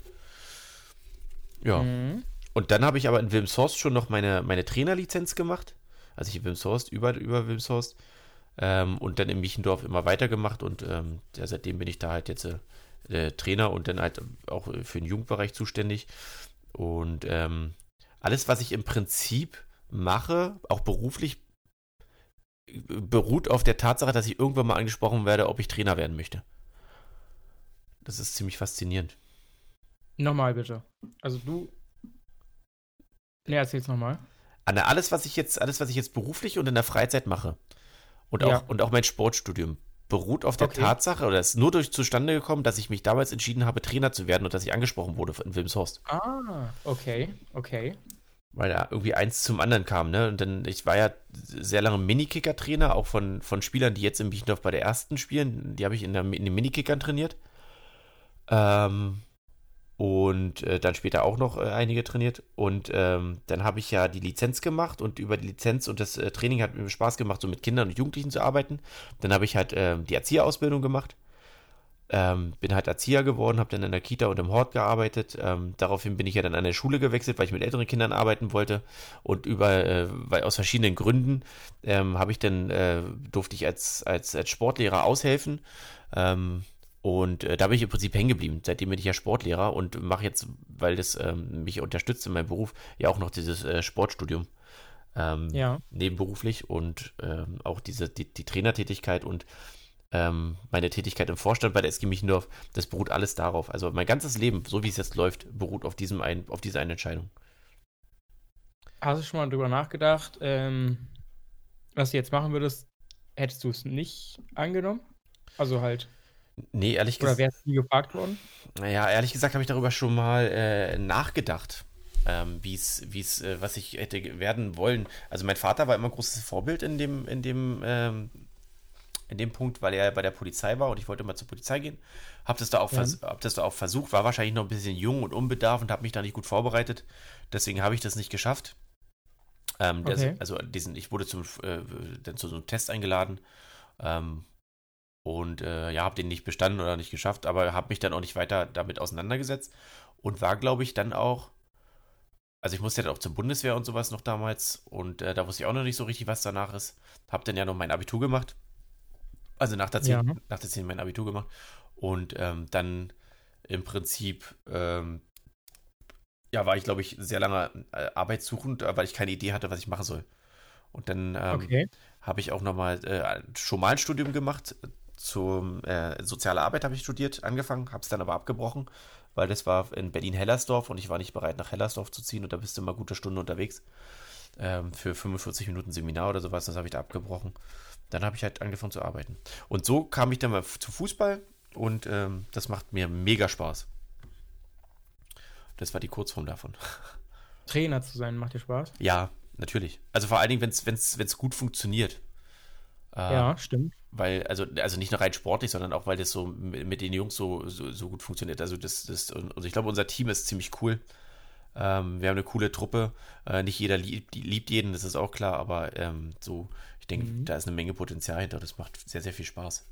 Ja. Mhm. Und dann habe ich aber in Wilmshorst schon noch meine Trainerlizenz gemacht. Also ich in Wilmshorst, über Wilmshorst. Und dann in Michendorf immer weitergemacht und ja, seitdem bin ich da halt jetzt Trainer und dann halt auch für den Jugendbereich zuständig. Und alles, was ich im Prinzip mache, auch beruflich, beruht auf der Tatsache, dass ich irgendwann mal angesprochen werde, ob ich Trainer werden möchte. Das ist ziemlich faszinierend. Nochmal bitte. Also du. Ne, erzähl's nochmal. Anna, alles, was ich jetzt beruflich und in der Freizeit mache und Ja. auch mein Sportstudium beruht auf der Okay. Tatsache, oder ist nur durch zustande gekommen, dass ich mich damals entschieden habe, Trainer zu werden und dass ich angesprochen wurde in Wilmshorst. Ah, okay, okay. Weil da irgendwie eins zum anderen kam, ne? Und dann, ich war ja sehr lange Minikicker-Trainer, auch von Spielern, die jetzt in Bichendorf bei der ersten spielen. Die habe ich in den Minikickern trainiert. und dann später auch noch einige trainiert. Und dann habe ich ja die Lizenz gemacht und über die Lizenz und das Training hat mir Spaß gemacht, so mit Kindern und Jugendlichen zu arbeiten. Dann habe ich halt die Erzieherausbildung gemacht. Bin halt Erzieher geworden, habe dann in der Kita und im Hort gearbeitet. Daraufhin bin ich ja dann an der Schule gewechselt, weil ich mit älteren Kindern arbeiten wollte. Und weil aus verschiedenen Gründen habe ich dann, durfte ich als Sportlehrer aushelfen. Und da bin ich im Prinzip hängen geblieben. Seitdem bin ich ja Sportlehrer und mache jetzt, weil das mich unterstützt in meinem Beruf, ja auch noch dieses Sportstudium Ja. nebenberuflich und auch die Trainertätigkeit und meine Tätigkeit im Vorstand bei der SG Michendorf, das beruht alles darauf. Also mein ganzes Leben, so wie es jetzt läuft, beruht auf auf dieser einen Entscheidung. Hast du schon mal drüber nachgedacht, was du jetzt machen würdest, hättest du es nicht angenommen? Also halt, Nee, ehrlich oder gesagt, wärst du nie gefragt worden? naja, ehrlich gesagt habe ich darüber schon mal nachgedacht, was ich hätte werden wollen. Also mein Vater war immer ein großes Vorbild in dem Punkt, weil er bei der Polizei war und ich wollte immer zur Polizei gehen. Ja. Hab das da auch versucht, war wahrscheinlich noch ein bisschen jung und unbedarft und habe mich da nicht gut vorbereitet. Deswegen habe ich das nicht geschafft. Okay. Ich wurde dann zu so einem Test eingeladen ähm, und ja, habe den nicht bestanden oder nicht geschafft, aber habe mich dann auch nicht weiter damit auseinandergesetzt und war, glaube ich, dann auch, also ich musste ja dann auch zur Bundeswehr und sowas noch damals und da wusste ich auch noch nicht so richtig, was danach ist. Habe dann ja noch mein Abitur gemacht. Also Ja. nach der 10 mein Abitur gemacht und dann im Prinzip, ja, war ich, glaube ich, sehr lange arbeitssuchend, weil ich keine Idee hatte, was ich machen soll. Und dann Okay. habe ich auch nochmal schon mal ein Studium gemacht. Zum Soziale Arbeit habe ich studiert, angefangen, habe es dann aber abgebrochen, weil das war in Berlin-Hellersdorf und ich war nicht bereit, nach Hellersdorf zu ziehen und da bist du immer gute Stunde unterwegs für 45 Minuten Seminar oder sowas. Das habe ich da abgebrochen. Dann habe ich halt angefangen zu arbeiten. Und so kam ich dann mal zu Fußball und das macht mir mega Spaß. Das war die Kurzform davon. Trainer zu sein, macht dir Spaß? Ja, natürlich. Also vor allen Dingen, wenn's gut funktioniert. Ja, stimmt. Also nicht nur rein sportlich, sondern auch, weil das so mit den Jungs so gut funktioniert. Also ich glaube, unser Team ist ziemlich cool. Wir haben eine coole Truppe. Nicht jeder liebt jeden, das ist auch klar, aber ich denke, Mhm. da ist eine Menge Potenzial hinter. Das macht sehr, sehr viel Spaß.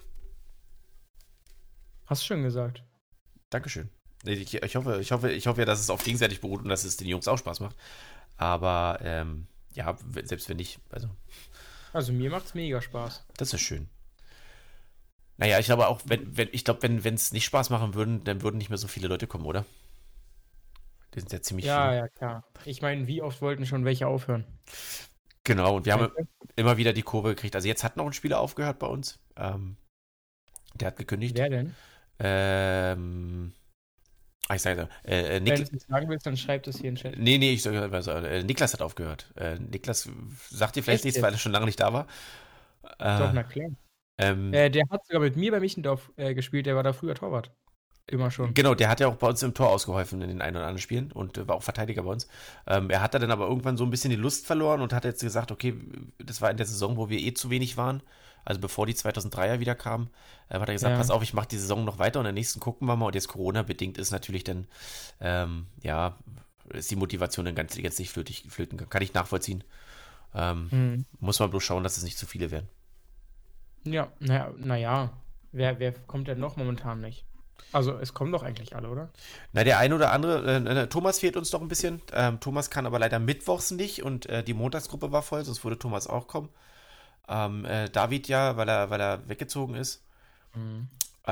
Hast du schon gesagt. Dankeschön. Nee, ich hoffe ja, dass es auf gegenseitig beruht und dass es den Jungs auch Spaß macht. Aber ja, selbst wenn nicht, also Also mir macht's mega Spaß. das ist schön. Naja, ich glaube auch, wenn es nicht Spaß machen würden, dann würden nicht mehr so viele Leute kommen, oder? Die sind ja ziemlich Ja, viele. ja, klar. Ich meine, wie oft wollten schon welche aufhören? Genau, und wir haben Weißt du? immer wieder die Kurve gekriegt. Also jetzt hat noch ein Spieler aufgehört bei uns. Der hat gekündigt. Wer denn? Ähm, ich sage Wenn du es nicht sagen willst, dann schreib das hier in den Chat. nee, ich sage Niklas hat aufgehört. Niklas sagt dir vielleicht Echt nichts, weil er jetzt? schon lange nicht da war. Doch, Äh, na klar. ähm, Der hat sogar mit mir bei Michendorf gespielt, der war da früher Torwart. Immer schon. Genau, der hat ja auch bei uns im Tor ausgeholfen in den ein oder anderen Spielen und war auch Verteidiger bei uns. Er hat da dann aber irgendwann so ein bisschen die Lust verloren und hat jetzt gesagt, okay, das war in der Saison, wo wir eh zu wenig waren, also bevor die 2003er wieder kamen, hat er gesagt, Ja. pass auf, ich mache die Saison noch weiter und in der nächsten gucken wir mal. Und jetzt Corona-bedingt ist natürlich dann, ja, ist die Motivation dann ganz nicht flöten kann ich nachvollziehen. Hm. Muss man bloß schauen, dass es nicht zu viele werden. Ja, naja. Wer kommt denn noch momentan nicht? Also, es kommen doch eigentlich alle, oder? Na, der eine oder andere, Thomas fehlt uns doch ein bisschen. Thomas kann aber leider mittwochs nicht und die Montagsgruppe war voll, sonst würde Thomas auch kommen. David ja, weil er weggezogen ist. Mhm.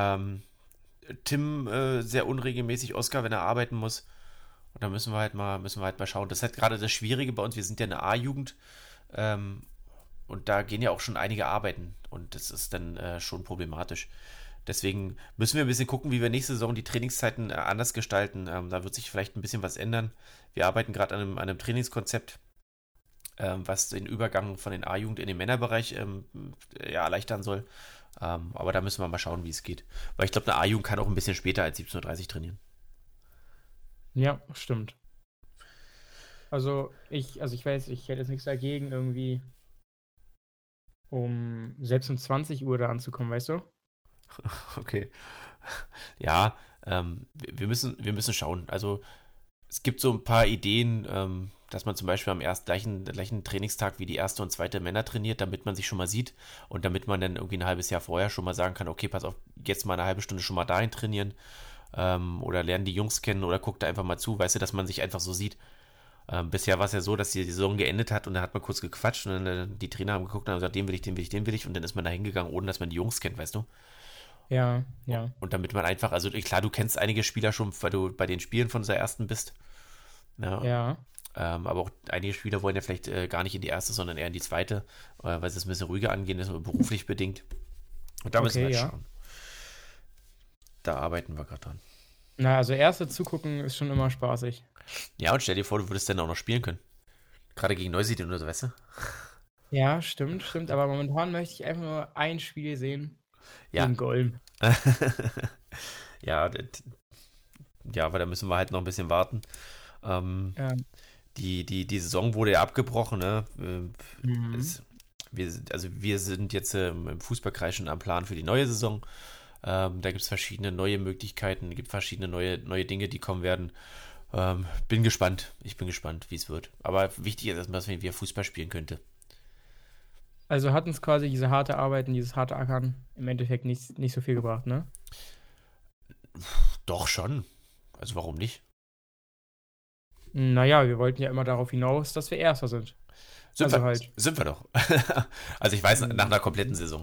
Tim sehr unregelmäßig, Oskar, wenn er arbeiten muss. Und da müssen wir halt mal schauen. Das ist halt gerade das Schwierige bei uns. Wir sind ja eine A-Jugend und da gehen ja auch schon einige arbeiten und das ist dann schon problematisch. Deswegen müssen wir ein bisschen gucken, wie wir nächste Saison die Trainingszeiten anders gestalten. Da wird sich vielleicht ein bisschen was ändern. Wir arbeiten gerade an einem Trainingskonzept, was den Übergang von den A-Jugend in den Männerbereich ja, erleichtern soll. Aber da müssen wir mal schauen, wie es geht. Weil ich glaube, eine A-Jugend kann auch ein bisschen später als 17:30 Uhr trainieren. Ja, stimmt. Also ich weiß, ich hätte jetzt nichts dagegen, irgendwie selbst um 20 Uhr da anzukommen, weißt du? Okay. Ja, Wir müssen schauen. Also es gibt so ein paar Ideen, dass man zum Beispiel am gleichen Trainingstag wie die erste und zweite Männer trainiert, damit man sich schon mal sieht und damit man dann irgendwie ein halbes Jahr vorher schon mal sagen kann, okay, pass auf, jetzt mal eine halbe Stunde schon mal dahin trainieren, oder lernen die Jungs kennen oder guckt da einfach mal zu, weißt du, dass man sich einfach so sieht. Bisher war es ja so, dass die Saison geendet hat und dann hat man kurz gequatscht und dann die Trainer haben geguckt und haben gesagt, den will ich, den will ich, den will ich und dann ist man da hingegangen, ohne dass man die Jungs kennt, weißt du? Ja, ja. Und damit man einfach, also klar, du kennst einige Spieler schon, weil du bei den Spielen von der ersten bist. Ja. Ja. Aber auch einige Spieler wollen ja vielleicht gar nicht in die erste, sondern eher in die zweite, weil sie es ein bisschen ruhiger angehen, das ist beruflich bedingt. Und da müssen wir halt schauen. Da arbeiten wir gerade dran. Na, also erste zugucken ist schon immer spaßig. Ja, und stell dir vor, du würdest dann auch noch spielen können. Gerade gegen Neusiedl oder so, weißt du? Ja, stimmt. Aber momentan möchte ich einfach nur ein Spiel sehen. Ja. Gegen Golm. Ja, aber da müssen wir halt noch ein bisschen warten. Die Saison wurde ja abgebrochen, ne? Wir sind jetzt im Fußballkreis schon am Plan für die neue Saison. Da gibt es verschiedene neue Möglichkeiten, gibt verschiedene neue Dinge, die kommen werden. Bin gespannt. Ich bin gespannt, wie es wird. Aber wichtig ist erstmal, dass wir wieder Fußball spielen könnte. Also hat uns quasi diese harte Arbeit und dieses harte Ackern im Endeffekt nicht so viel gebracht, ne? Doch schon. Also warum nicht? Naja, wir wollten ja immer darauf hinaus, dass wir Erster sind. Sind wir doch. Also ich weiß, nach einer kompletten Saison.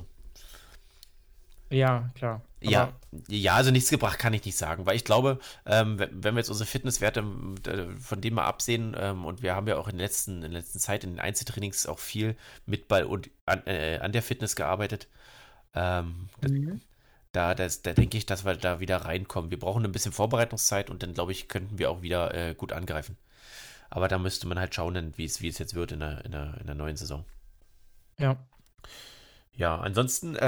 Ja, klar. Ja, also nichts gebracht kann ich nicht sagen, weil ich glaube, wenn wir jetzt unsere Fitnesswerte von denen mal absehen, und wir haben ja auch in der letzten Zeit in den Einzeltrainings auch viel mit Ball und an der Fitness gearbeitet, da denke ich, dass wir da wieder reinkommen. Wir brauchen ein bisschen Vorbereitungszeit und dann, glaube ich, könnten wir auch wieder gut angreifen. Aber da müsste man halt schauen, wie es jetzt wird in der neuen Saison. Ja. Ja, ansonsten,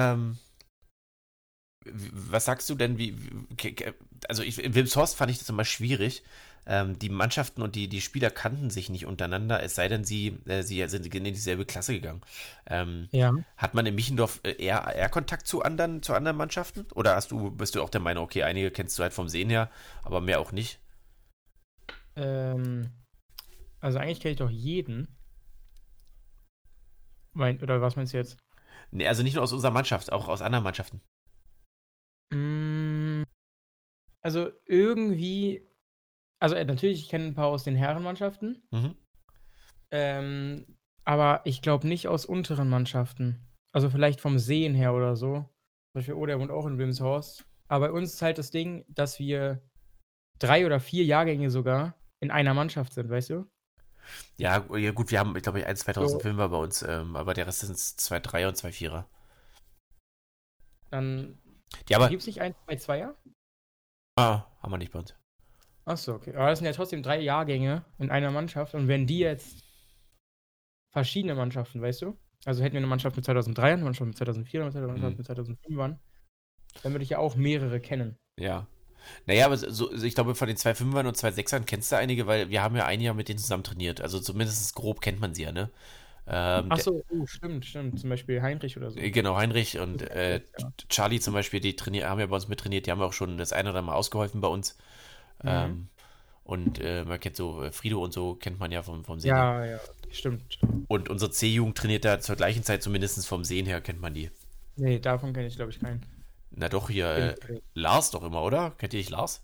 was sagst du denn, also in Wilmshorst fand ich das immer schwierig. Die Mannschaften und die Spieler kannten sich nicht untereinander, es sei denn, sie sind in dieselbe Klasse gegangen. Ja. Hat man in Michendorf eher Kontakt zu anderen Mannschaften? Oder bist du auch der Meinung, okay, einige kennst du halt vom Sehen her, aber mehr auch nicht? Also eigentlich kenne ich doch jeden. Oder was meinst du jetzt? Nee, also nicht nur aus unserer Mannschaft, auch aus anderen Mannschaften. Also irgendwie, also natürlich, ich kenne ein paar aus den Herrenmannschaften, aber ich glaube nicht aus unteren Mannschaften. Also vielleicht vom Sehen her oder so. Zum Beispiel, der wohnt auch in Wilmshorst. Aber bei uns ist halt das Ding, dass wir 3 oder 4 Jahrgänge sogar in einer Mannschaft sind, weißt du? Ja gut, wir haben, ich glaube, 2005er bei uns, aber der Rest sind 2 Dreier und 2 Vierer. Dann Ja, aber gibt es nicht 1, 2 Zweier? haben wir nicht bei uns. Achso, okay. Aber das sind ja trotzdem 3 Jahrgänge in einer Mannschaft. Und wenn die jetzt verschiedene Mannschaften, weißt du? Also hätten wir eine Mannschaft mit 2003, eine Mannschaft mit 2004, eine Mannschaft mit 2005, dann würde ich ja auch mehrere kennen. Ja. Naja, aber ich glaube, von den 2 Fünfern und 2 Sechsern kennst du einige, weil wir haben ja ein Jahr mit denen zusammen trainiert. Also zumindest grob kennt man sie ja, ne? Achso, stimmt. Zum Beispiel Heinrich oder so. Genau, Heinrich und Charlie zum Beispiel, haben ja bei uns mittrainiert, die haben ja auch schon das eine oder andere Mal ausgeholfen bei uns. Und man kennt so Frido und so, kennt man ja vom Sehen her. Ja, stimmt. Und unsere C-Jugend trainiert da zur gleichen Zeit, zumindest vom Sehen her, kennt man die. Nee, davon kenne ich, glaube ich, keinen. Na doch, hier, Lars doch immer, oder? Kennt ihr nicht Lars?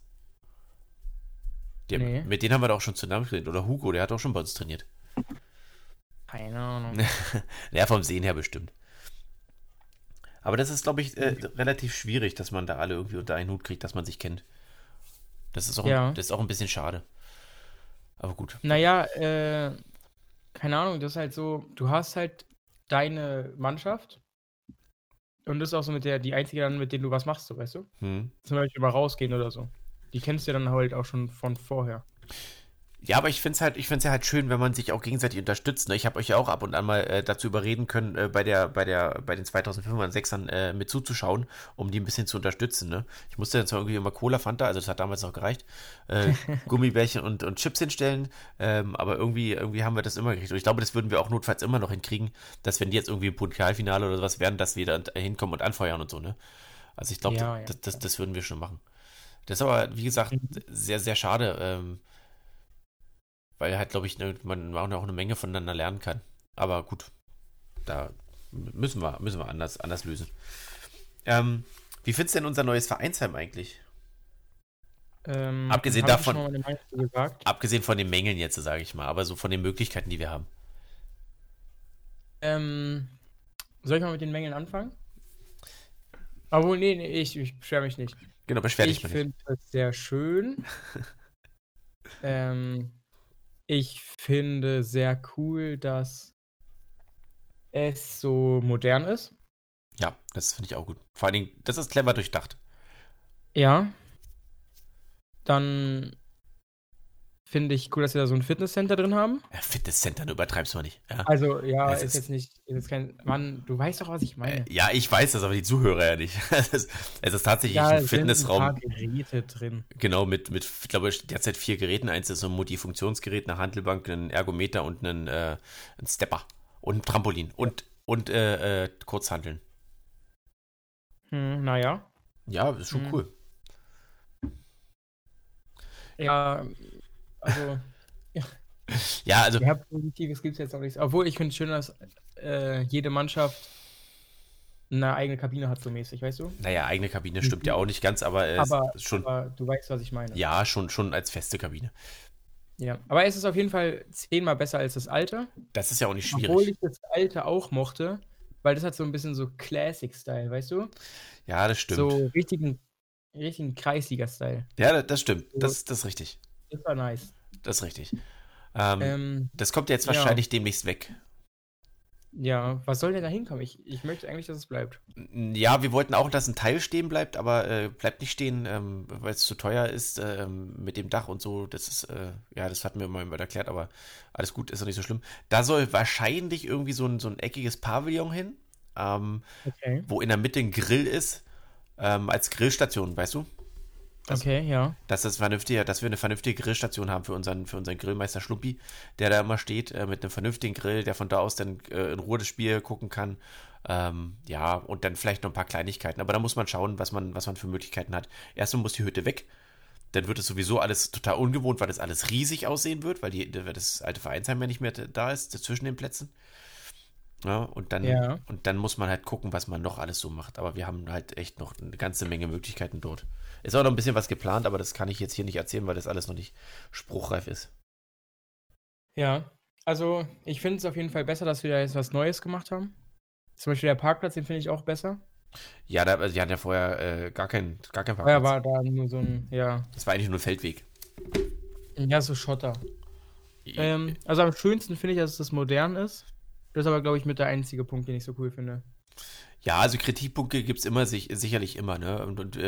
Nee. Mit denen haben wir doch auch schon zusammen trainiert. Oder Hugo, der hat auch schon bei uns trainiert. Keine Ahnung. Ja, vom Sehen her bestimmt. Aber das ist, glaube ich, relativ schwierig, dass man da alle irgendwie unter einen Hut kriegt, dass man sich kennt. Das ist auch ein bisschen schade. Aber gut. Naja, keine Ahnung, das ist halt so, du hast halt deine Mannschaft und das ist auch so die einzige dann, mit denen du was machst, so, weißt du? Zum Beispiel mal rausgehen oder so. Die kennst du ja dann halt auch schon von vorher. Ja, aber ich find's ja halt schön, wenn man sich auch gegenseitig unterstützt. Ne? Ich habe euch ja auch ab und an mal dazu überreden können, bei den 2005er und 6ern mit zuzuschauen, um die ein bisschen zu unterstützen. Ne? Ich musste dann zwar irgendwie immer Cola, Fanta, also das hat damals noch gereicht, Gummibärchen und Chips hinstellen, aber irgendwie haben wir das immer gekriegt. Und ich glaube, das würden wir auch notfalls immer noch hinkriegen, dass wenn die jetzt irgendwie im Pokalfinale oder sowas wären, dass wir da hinkommen und anfeuern und so. Ne? Also ich glaube, das würden wir schon machen. Das ist aber, wie gesagt, Mhm. sehr, sehr schade, weil halt, glaube ich, man auch eine Menge voneinander lernen kann. Aber gut, da müssen wir anders lösen. Ähm, wie findest du denn unser neues Vereinsheim eigentlich? Abgesehen Habe ich dir schon davon, mal meine Meinung zu gesagt? abgesehen von den Mängeln jetzt, sage ich mal, aber so von den Möglichkeiten, die wir haben. Ähm, Soll ich mal mit den Mängeln anfangen? Obwohl, nee, ich beschwere mich nicht. Genau, beschwer dich Ich mal nicht. finde es sehr schön. Ähm, Ich finde sehr cool, dass es so modern ist. Ja, das finde ich auch gut. Vor allen Dingen, das ist clever durchdacht. Ja, dann finde ich cool, dass wir da so ein Fitnesscenter drin haben. Ja, Fitnesscenter, du übertreibst mal nicht. Ja, Also, ja, es ist ist, jetzt nicht, ist jetzt kein, Mann, du weißt doch, was ich meine. ja, ich weiß das, aber die Zuhörer ja nicht. Es ist tatsächlich ein Da sind ein paar Fitnessraum, Geräte drin. genau, ich glaube, derzeit 4 Geräten. Eins ist so ein Multifunktionsgerät, eine Hantelbank, ein Ergometer und ein Stepper. Und ein Trampolin. Und Kurzhanteln. Naja. Ja, ist schon Hm, cool. ja, also, ja, Ja, also, ja, Positives gibt es jetzt auch nicht. Obwohl, ich finde es schön, dass jede Mannschaft eine eigene Kabine hat, so mäßig, weißt du? naja, eigene Kabine stimmt ja Mhm. auch nicht ganz, aber es Aber, ist schon, aber du weißt, was ich meine. ja, schon als feste Kabine. Ja. Aber es ist auf jeden Fall 10-mal besser als das alte. Das ist ja auch nicht Obwohl schwierig. ich das alte auch mochte, weil das hat so ein bisschen so Classic-Style, weißt du? Ja, das stimmt. So richtigen Kreisliga-Style. Ja, das stimmt. So, Das ist richtig. das war nice. Das ist richtig. Ähm, Ähm, das kommt jetzt ja, wahrscheinlich demnächst weg. ja. Was soll denn da hinkommen? Ich möchte eigentlich, dass es bleibt. Ja, wir wollten auch, dass ein Teil stehen bleibt, aber bleibt nicht stehen, weil es zu teuer ist mit dem Dach und so. Das ist, ja, das hatten wir mal erklärt, aber alles gut, ist doch nicht so schlimm. Da soll wahrscheinlich irgendwie so ein eckiges Pavillon hin, ähm, Okay. wo in der Mitte ein Grill ist, als Grillstation, weißt du? Das, Okay, ja. dass wir eine vernünftige Grillstation haben für unseren Grillmeister Schluppi, der da immer steht, mit einem vernünftigen Grill, der von da aus dann in Ruhe das Spiel gucken kann. Ja, und dann vielleicht noch ein paar Kleinigkeiten. Aber da muss man schauen, was man für Möglichkeiten hat. Erstmal muss die Hütte weg. Dann wird es sowieso alles total ungewohnt, weil das alles riesig aussehen wird, weil das alte Vereinsheim ja nicht mehr da ist, zwischen den Plätzen. Ja, Ja. und dann muss man halt gucken, was man noch alles so macht. Aber wir haben halt echt noch eine ganze Menge Möglichkeiten dort. Ist auch noch ein bisschen was geplant, aber das kann ich jetzt hier nicht erzählen, weil das alles noch nicht spruchreif ist. Ja. Also, ich finde es auf jeden Fall besser, dass wir da jetzt was Neues gemacht haben. Zum Beispiel der Parkplatz, den finde ich auch besser. Ja, die hatten ja vorher gar keinen Vorher Parkplatz. war da nur so ein, ja, Das war eigentlich nur ein Feldweg. ja, so Schotter. Also am schönsten finde ich, dass es modern ist. Das ist aber, glaube ich, mit der einzige Punkt, den ich so cool finde. Ja, also Kritikpunkte gibt es immer, sicherlich immer, ne?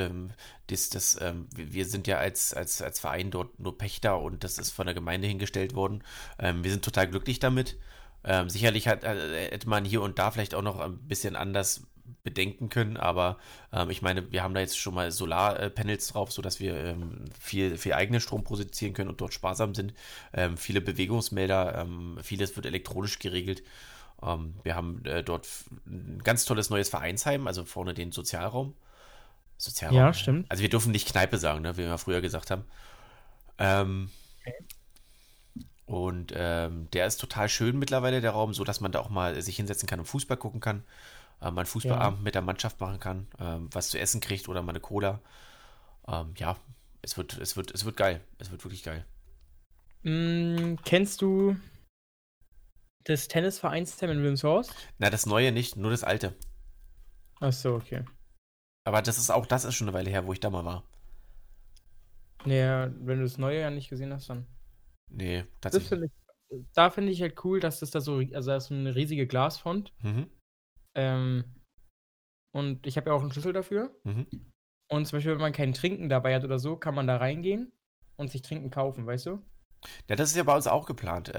Wir sind ja als Verein dort nur Pächter und das ist von der Gemeinde hingestellt worden. Wir sind total glücklich damit. Sicherlich hätte man hier und da vielleicht auch noch ein bisschen anders bedenken können, aber ich meine, wir haben da jetzt schon mal Solarpanels drauf, sodass wir viel eigenen Strom produzieren können und dort sparsam sind. Viele Bewegungsmelder, vieles wird elektronisch geregelt. Wir haben dort ein ganz tolles neues Vereinsheim, also vorne den Sozialraum. Ja, Sozialraum, ja. stimmt. Also wir dürfen nicht Kneipe sagen, ne, wie wir früher gesagt haben. Ähm, Okay. und der ist total schön mittlerweile, der Raum, so dass man da auch mal sich hinsetzen kann und Fußball gucken kann. Mal einen Ja. Fußballabend mit der Mannschaft machen kann, was zu essen kriegt oder mal eine Cola. Ja, es wird geil. Es wird wirklich geil. Kennst du das Tennisvereinsteam in Wilmshorst? Na, das Neue nicht, nur das Alte. Ach so, okay. Aber das ist schon eine Weile her, wo ich da mal war. Ja, wenn du das Neue ja nicht gesehen hast, dann. Nee, Das tatsächlich nicht. finde da finde ich halt cool, dass das da so, also da ist so eine riesige Glasfront. Mhm, Ähm, und ich habe ja auch einen Schlüssel dafür. mhm. Und zum Beispiel, wenn man kein Trinken dabei hat oder so, kann man da reingehen und sich Trinken kaufen, weißt du? Ja, das ist ja bei uns auch geplant.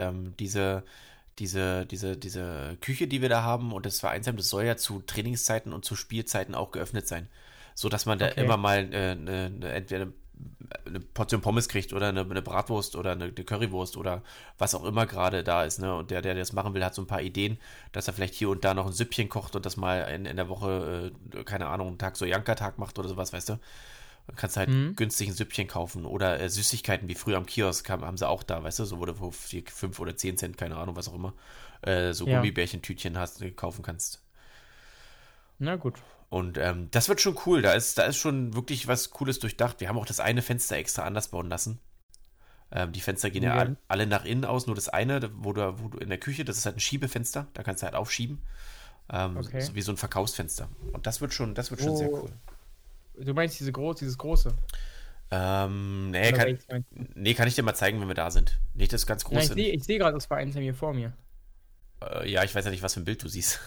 Diese Küche, die wir da haben und das Vereinsheim, das soll ja zu Trainingszeiten und zu Spielzeiten auch geöffnet sein. So dass man da Okay. immer mal entweder eine Portion Pommes kriegt oder eine Bratwurst oder eine Currywurst oder was auch immer gerade da ist. Ne? Und der das machen will, hat so ein paar Ideen, dass er vielleicht hier und da noch ein Süppchen kocht und das mal in der Woche, keine Ahnung, einen Tag so Janka-Tag macht oder sowas, weißt du? Dann kannst du halt günstig ein Süppchen kaufen oder Süßigkeiten wie früher am Kiosk haben sie auch da, weißt du, so wo du für 5 oder 10 Cent, keine Ahnung, was auch immer, so Gummibärchentütchen kaufen kannst. Na gut. Und das wird schon cool. Da ist schon wirklich was Cooles durchdacht. Wir haben auch das eine Fenster extra anders bauen lassen. Die Fenster gehen ja alle nach innen aus, nur das eine, wo du in der Küche, das ist halt ein Schiebefenster, da kannst du halt aufschieben. So wie so ein Verkaufsfenster. Und das wird schon sehr cool. Du meinst dieses große? Nee, kann ich dir mal zeigen, wenn wir da sind. Nicht das ganz große. Ja, ich seh gerade das Vereinsheim hier vor mir. Ja, ich weiß ja nicht, was für ein Bild du siehst.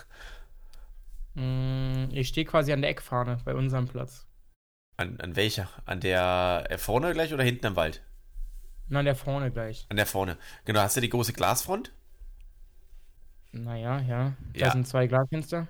Ich stehe quasi an der Eckfahne bei unserem Platz. An welcher? An der vorne gleich oder hinten am Wald? Nein, der vorne gleich. An der vorne. Genau, hast du die große Glasfront? Naja, ja. Da sind 2 Glasfenster.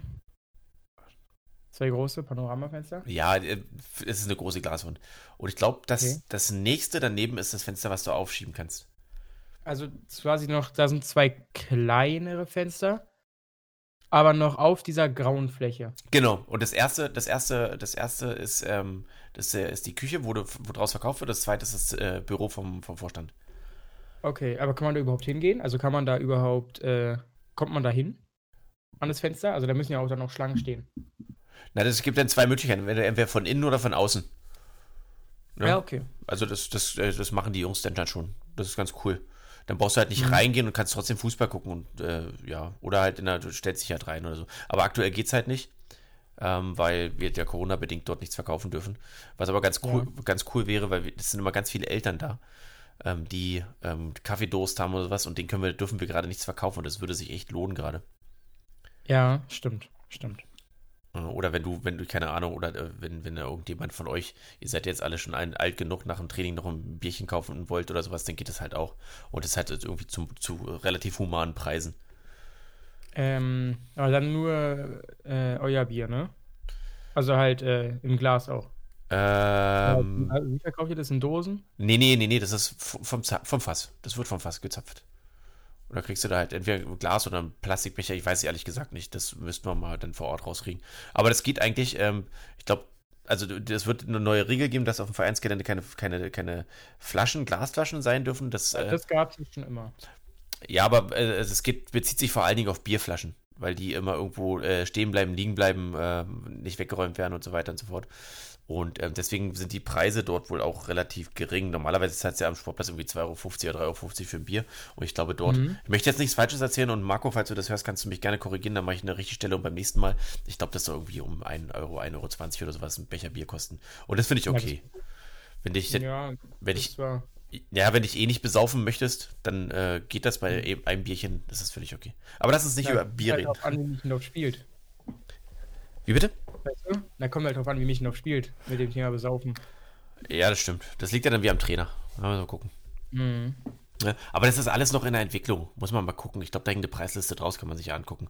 2 große Panoramafenster. Ja, es ist eine große Glasfront. Und ich glaube, das nächste daneben ist das Fenster, was du aufschieben kannst. Also quasi noch, da sind 2 kleinere Fenster, aber noch auf dieser grauen Fläche. Genau. Und das erste ist, das ist die Küche, wo draus verkauft wird. Das zweite ist das Büro vom Vorstand. Okay, aber kann man da überhaupt hingehen? Also kann man da überhaupt, kommt man da hin? An das Fenster? Also da müssen ja auch dann noch Schlangen stehen. Na, es gibt dann 2 Möglichkeiten, entweder von innen oder von außen. Ja, okay. Also das machen die Jungs dann schon. Das ist ganz cool. Dann brauchst du halt nicht reingehen und kannst trotzdem Fußball gucken und oder halt du stellst dich halt rein oder so. Aber aktuell geht's halt nicht, weil wir ja Corona-bedingt dort nichts verkaufen dürfen. Was aber ganz cool wäre, weil es sind immer ganz viele Eltern da, die Kaffeedurst haben oder sowas und dürfen wir gerade nichts verkaufen und das würde sich echt lohnen gerade. Ja, stimmt. Oder wenn du, keine Ahnung, oder wenn da irgendjemand von euch, ihr seid jetzt alle schon alt genug, nach dem Training noch ein Bierchen kaufen wollt oder sowas, dann geht das halt auch. Und das halt irgendwie zu relativ humanen Preisen. Aber dann nur euer Bier, ne? Also halt im Glas auch. Wie verkauft ihr das in Dosen? Nee, das ist vom Fass. Das wird vom Fass gezapft. Oder kriegst du da halt entweder ein Glas oder einen Plastikbecher, ich weiß es ehrlich gesagt nicht, das müssten wir mal dann vor Ort rauskriegen. Aber das geht eigentlich, ich glaube, also es wird eine neue Regel geben, dass auf dem Vereinsgelände keine Glasflaschen sein dürfen. Das gab es schon immer. Ja, aber bezieht sich vor allen Dingen auf Bierflaschen, weil die immer irgendwo stehen bleiben, liegen bleiben, nicht weggeräumt werden und so weiter und so fort. Und deswegen sind die Preise dort wohl auch relativ gering. Normalerweise ist es ja am Sportplatz irgendwie 2,50 € oder 3,50 € für ein Bier. Und ich glaube dort, ich möchte jetzt nichts Falsches erzählen und Marco, falls du das hörst, kannst du mich gerne korrigieren, dann mache ich eine richtige Stellung beim nächsten Mal. Ich glaube, das soll irgendwie um 1 €, 1,20 € oder sowas ein Becher Bier kosten. Und das finde ich okay. Wenn dich eh nicht besaufen möchtest, dann geht das bei einem Bierchen, das ist völlig okay. Aber lass uns nicht über Bier reden. Halt an, wie Michendorf spielt. Wie bitte? Weißt du? Da kommt halt drauf an, wie Michendorf spielt, mit dem Thema besaufen. Ja, das stimmt. Das liegt ja dann wie am Trainer. Mal gucken. Ja, aber das ist alles noch in der Entwicklung. Muss man mal gucken. Ich glaube, da hängt eine Preisliste draus, kann man sich angucken.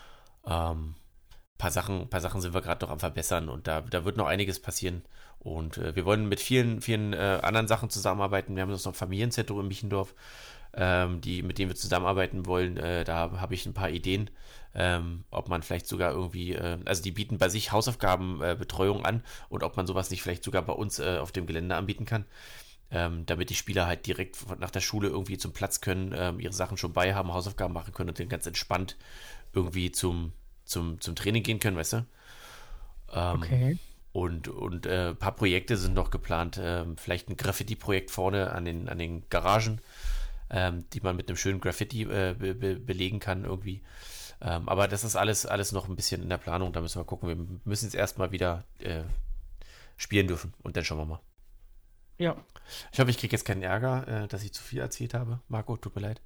Paar Sachen sind wir gerade noch am Verbessern und da wird noch einiges passieren. Und wir wollen mit vielen anderen Sachen zusammenarbeiten. Wir haben noch ein Familienzentrum in Michendorf, mit denen wir zusammenarbeiten wollen. Da habe ich ein paar Ideen, ob man vielleicht sogar irgendwie, also die bieten bei sich Hausaufgabenbetreuung an und ob man sowas nicht vielleicht sogar bei uns auf dem Gelände anbieten kann. Damit die Spieler halt direkt nach der Schule irgendwie zum Platz können, ihre Sachen schon bei haben, Hausaufgaben machen können und dann ganz entspannt irgendwie zum Training gehen können, weißt du? Okay. Und ein paar Projekte sind noch geplant. Vielleicht ein Graffiti-Projekt vorne an den Garagen, die man mit einem schönen Graffiti belegen kann irgendwie. Aber das ist alles noch ein bisschen in der Planung. Da müssen wir gucken. Wir müssen jetzt erstmal wieder spielen dürfen und dann schauen wir mal. Ja. Ich hoffe, ich kriege jetzt keinen Ärger, dass ich zu viel erzählt habe. Marco, tut mir leid.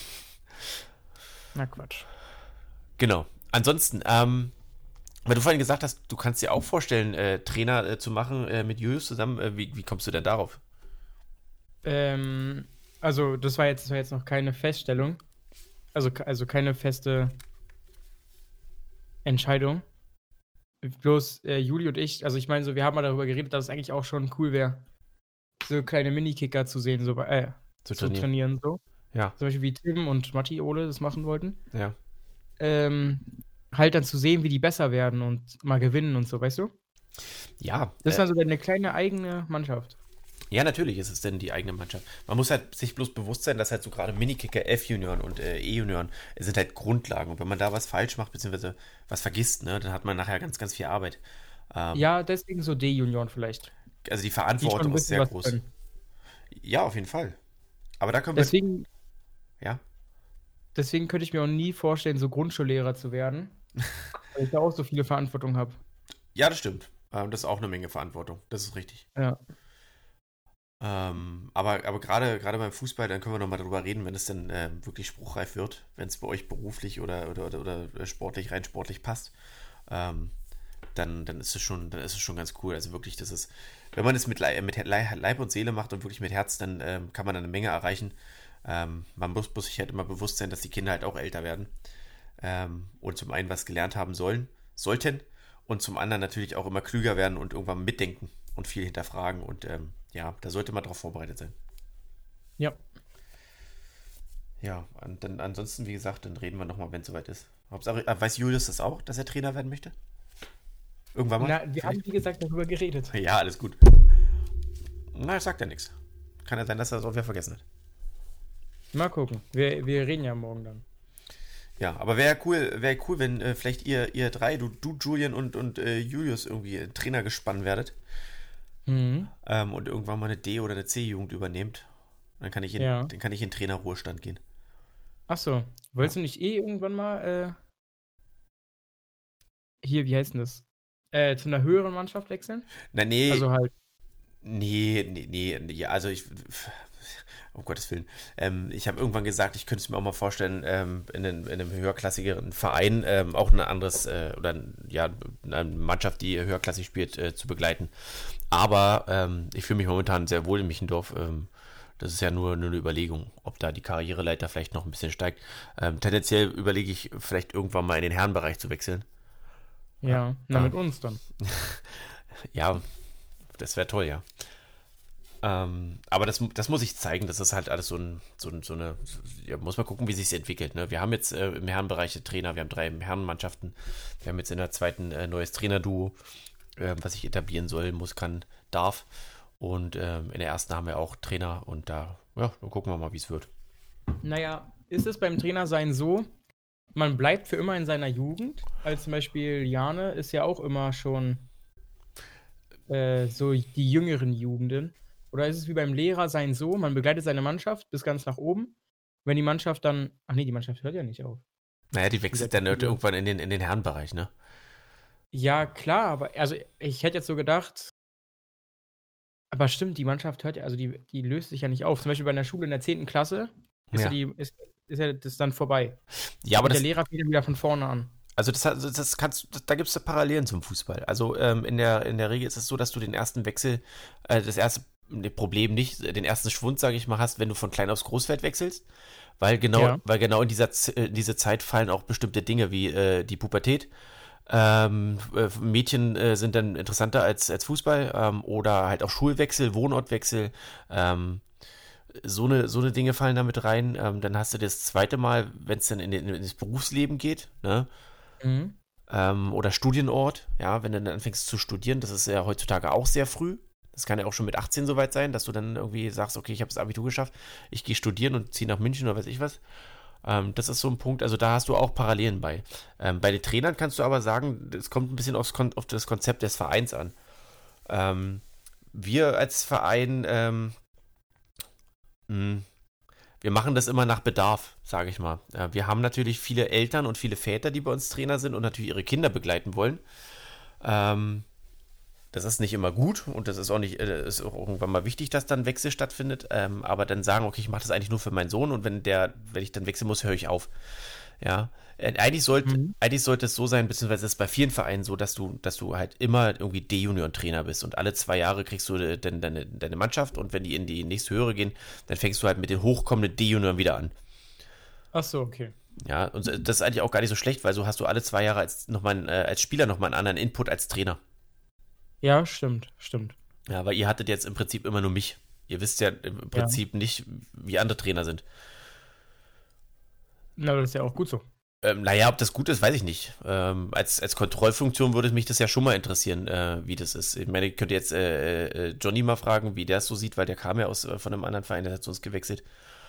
Na Quatsch. Genau. Ansonsten, weil du vorhin gesagt hast, du kannst dir auch vorstellen, Trainer zu machen mit Julius zusammen. Wie kommst du denn darauf? Also das war jetzt noch keine Feststellung. Also keine feste Entscheidung. Bloß Juli und ich, also ich meine so, wir haben mal darüber geredet, dass es eigentlich auch schon cool wäre, so kleine Mini-Kicker zu sehen, so zu trainieren so. Ja. Zum Beispiel wie Tim und Matti Ole das machen wollten. Ja. Halt dann zu sehen, wie die besser werden und mal gewinnen und so, weißt du? Ja. Das ist also deine kleine eigene Mannschaft. Ja, natürlich ist es denn die eigene Mannschaft. Man muss halt sich bloß bewusst sein, dass halt so gerade Minikicker, F-Junioren und E-Junioren sind halt Grundlagen. Und wenn man da was falsch macht, beziehungsweise was vergisst, ne, dann hat man nachher ganz, ganz viel Arbeit. Ja, deswegen so D-Junioren vielleicht. Also die Die schon Verantwortung ein ist bisschen sehr was groß. können. Ja, auf jeden Fall. Aber da können wir. Deswegen, Ja. deswegen könnte ich mir auch nie vorstellen, so Grundschullehrer zu werden, weil ich da auch so viele Verantwortung habe. Ja, das stimmt. Das ist auch eine Menge Verantwortung. Das ist richtig. Ja. Aber gerade beim Fußball, dann können wir nochmal darüber reden, wenn es dann wirklich spruchreif wird, wenn es bei euch beruflich oder sportlich, rein sportlich passt. Dann ist es schon ganz cool. Also wirklich, das ist, wenn man es mit Leib und Seele macht und wirklich mit Herz, dann kann man eine Menge erreichen. Man muss sich halt immer bewusst sein, dass die Kinder halt auch älter werden. Und zum einen was gelernt haben sollten und zum anderen natürlich auch immer klüger werden und irgendwann mitdenken und viel hinterfragen. Und ja, da sollte man darauf vorbereitet sein. Ja. Ja, und dann ansonsten, wie gesagt, dann reden wir nochmal, wenn es soweit ist. Hauptsache, weiß Julius das auch, dass er Trainer werden möchte? Irgendwann mal? Na, wir haben, wie gesagt, darüber geredet. Ja, alles gut. Na, sagt ja nichts. Kann ja sein, dass er das auch wieder vergessen hat. Mal gucken. Wir reden ja morgen dann. Ja, aber wäre cool, wenn vielleicht ihr drei, du Julian und Julius irgendwie Trainer gespannt werdet. Mhm. Und irgendwann mal eine D- oder eine C-Jugend übernehmt. Dann kann ich Ja. in Trainerruhestand gehen. Achso, wolltest du nicht irgendwann mal hier, wie heißt denn das? Zu einer höheren Mannschaft wechseln? Na, nee. Also halt. Nee, also um Gottes Willen. Ich habe irgendwann gesagt, ich könnte es mir auch mal vorstellen, in einem höherklassigeren Verein auch ein anderes eine Mannschaft, die höherklassig spielt, zu begleiten. Aber ich fühle mich momentan sehr wohl in Michendorf. Das ist ja nur eine Überlegung, ob da die Karriereleiter vielleicht noch ein bisschen steigt. Tendenziell überlege ich, vielleicht irgendwann mal in den Herrenbereich zu wechseln. Ja, mit uns dann. Ja, das wäre toll, ja. Aber das muss ich zeigen, das ist halt alles so eine, ja, muss man gucken, wie sich es entwickelt. Ne? Wir haben jetzt im Herrenbereich Trainer, wir haben 3 Herrenmannschaften, wir haben jetzt in der zweiten neues Trainerduo, was sich etablieren soll, darf. Und in der ersten haben wir auch Trainer und dann gucken wir mal, wie es wird. Naja, ist es beim Trainersein so, man bleibt für immer in seiner Jugend? Als zum Beispiel Jane ist ja auch immer schon so die jüngeren Jugenden. Oder ist es wie beim Lehrersein so, man begleitet seine Mannschaft bis ganz nach oben? Wenn die Mannschaft dann. Ach nee, die Mannschaft hört ja nicht auf. Naja, die wechselt dann irgendwann in den Herrenbereich, ne? Ja, klar, aber also ich hätte jetzt so gedacht. Aber stimmt, die Mannschaft hört ja, also die löst sich ja nicht auf. Zum Beispiel bei einer Schule in der 10. Klasse ist ja das dann vorbei. Ja, aber und der Lehrer fängt dann wieder von vorne an. Also da gibt es Parallelen zum Fußball. Also in der Regel ist es so, dass du den ersten Wechsel, das erste Problem nicht, den ersten Schwund, sage ich mal, hast, wenn du von klein aufs Großfeld wechselst, weil genau in diese Zeit fallen auch bestimmte Dinge wie die Pubertät. Mädchen sind dann interessanter als Fußball oder halt auch Schulwechsel, Wohnortwechsel. So eine Dinge fallen damit rein. Dann hast du das zweite Mal, wenn es dann ins Berufsleben geht, ne? Mhm. Oder Studienort, ja, wenn du dann anfängst zu studieren, das ist ja heutzutage auch sehr früh. Das kann ja auch schon mit 18 soweit sein, dass du dann irgendwie sagst, okay, ich habe das Abitur geschafft, ich gehe studieren und ziehe nach München oder weiß ich was. Das ist so ein Punkt, also da hast du auch Parallelen bei. Bei den Trainern kannst du aber sagen, es kommt ein bisschen auf das Konzept des Vereins an. Wir als Verein, wir machen das immer nach Bedarf, sage ich mal. Wir haben natürlich viele Eltern und viele Väter, die bei uns Trainer sind und natürlich ihre Kinder begleiten wollen. Das ist nicht immer gut und das ist auch nicht, ist auch irgendwann mal wichtig, dass dann Wechsel stattfindet. Aber dann sagen, okay, ich mache das eigentlich nur für meinen Sohn und wenn ich dann wechseln muss, höre ich auf. Ja. Eigentlich sollte es so sein, beziehungsweise ist es bei vielen Vereinen so, dass du halt immer irgendwie D-Junioren-Trainer bist und alle 2 Jahre kriegst du deine Mannschaft und wenn die in die nächste Höhere gehen, dann fängst du halt mit den hochkommenden D-Junioren wieder an. Ach so, okay. Ja, und das ist eigentlich auch gar nicht so schlecht, weil so hast du alle 2 Jahre als Spieler nochmal einen anderen Input als Trainer. Ja, stimmt. Ja, aber ihr hattet jetzt im Prinzip immer nur mich. Ihr wisst ja im Prinzip nicht, wie andere Trainer sind. Na, das ist ja auch gut so. Naja, ob das gut ist, weiß ich nicht. Als Kontrollfunktion würde mich das ja schon mal interessieren, wie das ist. Ich meine, ich könnte jetzt Johnny mal fragen, wie der es so sieht, weil der kam ja von einem anderen Verein, der hat zu uns gewechselt.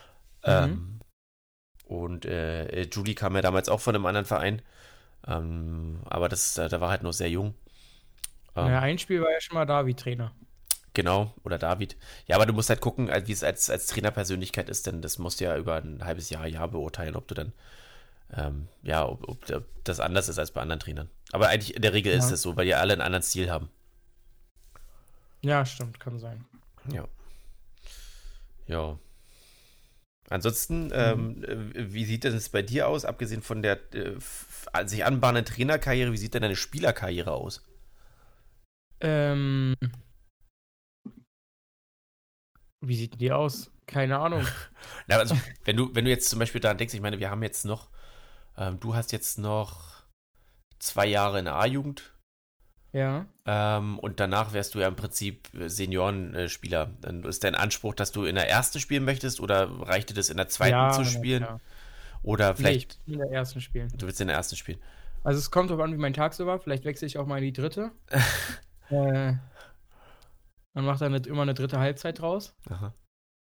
Und Julie kam ja damals auch von einem anderen Verein. Aber da war halt noch sehr jung. Ja, ein Spiel war ja schon mal David Trainer. Genau, oder David. Ja, aber du musst halt gucken, wie es als Trainerpersönlichkeit ist, denn das musst du ja über ein halbes Jahr beurteilen, ob du dann, ob das anders ist als bei anderen Trainern. Aber eigentlich in der Regel ist es so, weil die alle einen anderen Stil haben. Ja, stimmt, kann sein. Ja. Ja. Ansonsten, wie sieht denn es bei dir aus, abgesehen von der sich anbahnenden Trainerkarriere, wie sieht denn deine Spielerkarriere aus? Wie sieht die aus? Keine Ahnung. Na, also, wenn du jetzt zum Beispiel daran denkst, ich meine, wir haben jetzt noch, du hast jetzt noch 2 Jahre in der A-Jugend. Ja. Und danach wärst du ja im Prinzip Seniorenspieler. Dann ist dein Anspruch, dass du in der ersten spielen möchtest oder reicht dir das in der zweiten zu spielen? Ja. Oder vielleicht. Nee, ich will in der ersten spielen. Du willst in der ersten spielen. Also es kommt drauf an, wie mein Tag so war. Vielleicht wechsle ich auch mal in die dritte. Man macht dann immer eine dritte Halbzeit draus. Aha.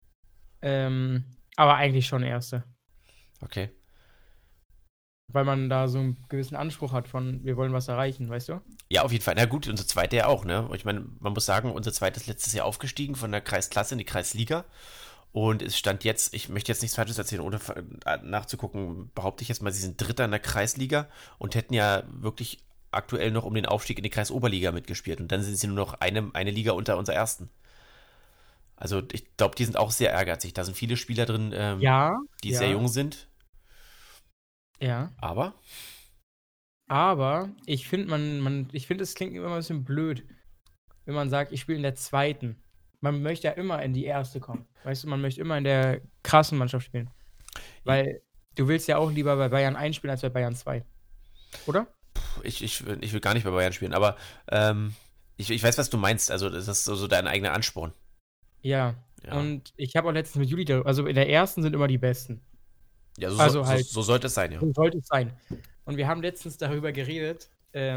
Aber eigentlich schon erste. Okay. Weil man da so einen gewissen Anspruch hat von, wir wollen was erreichen, weißt du? Ja, auf jeden Fall. Na gut, unsere zweite ja auch, ne? Ich meine, man muss sagen, unsere zweite ist letztes Jahr aufgestiegen von der Kreisklasse in die Kreisliga. Und es stand jetzt, ich möchte jetzt nichts Falsches erzählen, ohne nachzugucken, behaupte ich jetzt mal, sie sind Dritter in der Kreisliga und hätten ja wirklich aktuell noch um den Aufstieg in die Kreisoberliga mitgespielt. Und dann sind sie nur noch eine Liga unter unserer ersten. Also ich glaube, die sind auch sehr ehrgeizig. Da sind viele Spieler drin, die sehr jung sind. Ja. Aber ich finde, es klingt immer ein bisschen blöd, wenn man sagt, ich spiele in der zweiten. Man möchte ja immer in die erste kommen. Weißt du, man möchte immer in der krassen Mannschaft spielen. Weil du willst ja auch lieber bei Bayern 1 spielen als bei Bayern 2. Oder? Ich will gar nicht bei Bayern spielen, aber ich weiß, was du meinst. Also das ist so dein eigener Ansporn. Ja. Und ich habe auch letztens mit Juli darüber, also in der ersten sind immer die Besten. Ja, so sollte es sein, ja. So sollte es sein. Und wir haben letztens darüber geredet,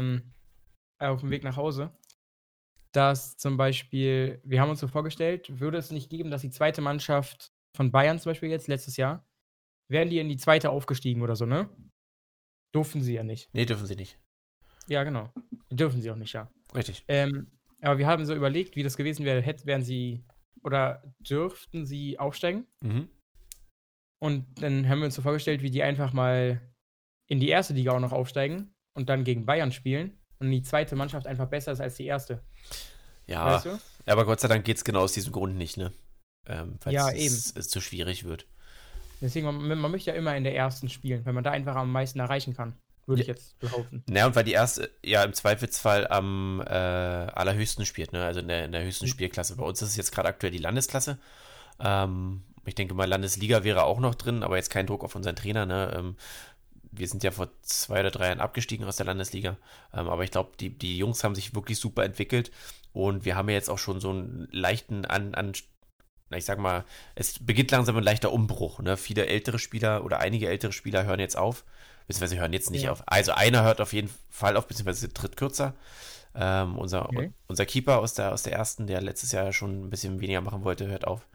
auf dem Weg nach Hause, dass zum Beispiel, wir haben uns so vorgestellt, würde es nicht geben, dass die zweite Mannschaft von Bayern zum Beispiel jetzt, letztes Jahr, wären die in die zweite aufgestiegen oder so, ne? Durften sie ja nicht. Nee, dürfen sie nicht. Ja, genau. Dürfen sie auch nicht, ja. Richtig. Aber wir haben so überlegt, wie das gewesen wäre, wären sie oder dürften sie aufsteigen. Mhm. Und dann haben wir uns so vorgestellt, wie die einfach mal in die erste Liga auch noch aufsteigen und dann gegen Bayern spielen und die zweite Mannschaft einfach besser ist als die erste. Ja, weißt du? Aber Gott sei Dank geht es genau aus diesem Grund nicht, ne? Weil es zu schwierig wird. Deswegen, man möchte ja immer in der ersten spielen, weil man da einfach am meisten erreichen kann, würde ich jetzt behaupten. Naja, und weil die erste ja im Zweifelsfall am allerhöchsten spielt, ne? Also in der höchsten Spielklasse. Bei uns ist es jetzt gerade aktuell die Landesklasse. Ich denke mal, Landesliga wäre auch noch drin, aber jetzt kein Druck auf unseren Trainer, ne? Wir sind ja vor 2 oder 3 Jahren abgestiegen aus der Landesliga. Aber ich glaube, die Jungs haben sich wirklich super entwickelt. Und wir haben ja jetzt auch schon so einen leichten ich sag mal, es beginnt langsam ein leichter Umbruch. Ne? Viele ältere Spieler oder einige ältere Spieler hören jetzt auf, beziehungsweise hören jetzt nicht auf. Also einer hört auf jeden Fall auf, beziehungsweise tritt kürzer. Unser Keeper aus der ersten, der letztes Jahr schon ein bisschen weniger machen wollte, hört auf.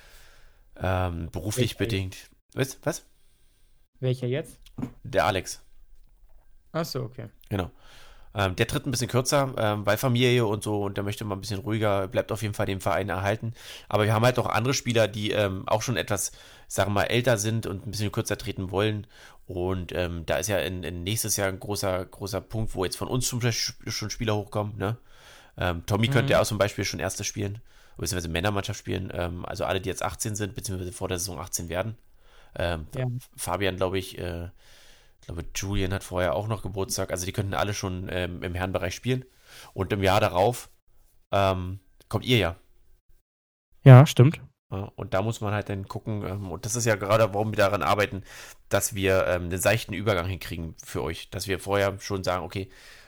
Beruflich bedingt. Was? Welcher jetzt? Der Alex. Achso, okay. Genau. Der tritt ein bisschen kürzer, weil Familie und so, und der möchte mal ein bisschen ruhiger, bleibt auf jeden Fall dem Verein erhalten. Aber wir haben halt auch andere Spieler, die auch schon etwas, sagen wir mal, älter sind und ein bisschen kürzer treten wollen. Und da ist ja in nächstes Jahr ein großer Punkt, wo jetzt von uns zum Beispiel schon Spieler hochkommen. Ne? Tommy könnte ja auch zum Beispiel schon Erste spielen, beziehungsweise Männermannschaft spielen. Also alle, die jetzt 18 sind, beziehungsweise vor der Saison 18 werden. Fabian, glaube ich, Julian hat vorher auch noch Geburtstag. Also die könnten alle schon im Herrenbereich spielen. Und im Jahr darauf kommt ihr ja. Ja, stimmt. Und da muss man halt dann gucken, und das ist ja gerade, warum wir daran arbeiten, dass wir einen seichten Übergang hinkriegen für euch. Dass wir vorher schon sagen, okay,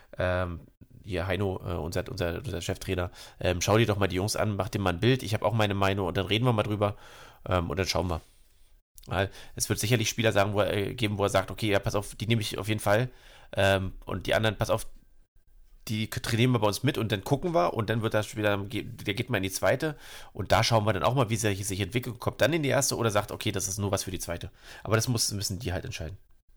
hier Heino, unser Cheftrainer, schau dir doch mal die Jungs an, mach dir mal ein Bild, ich habe auch meine Meinung und dann reden wir mal drüber und dann schauen wir. Weil es wird sicherlich Spieler geben, wo er sagt, okay, ja, pass auf, die nehme ich auf jeden Fall. Und die anderen, pass auf, die trainieren wir bei uns mit und dann gucken wir und dann wird das Spieler, der geht mal in die zweite und da schauen wir dann auch mal, wie sich entwickelt, kommt dann in die erste oder sagt, okay, das ist nur was für die zweite. Aber das müssen die halt entscheiden.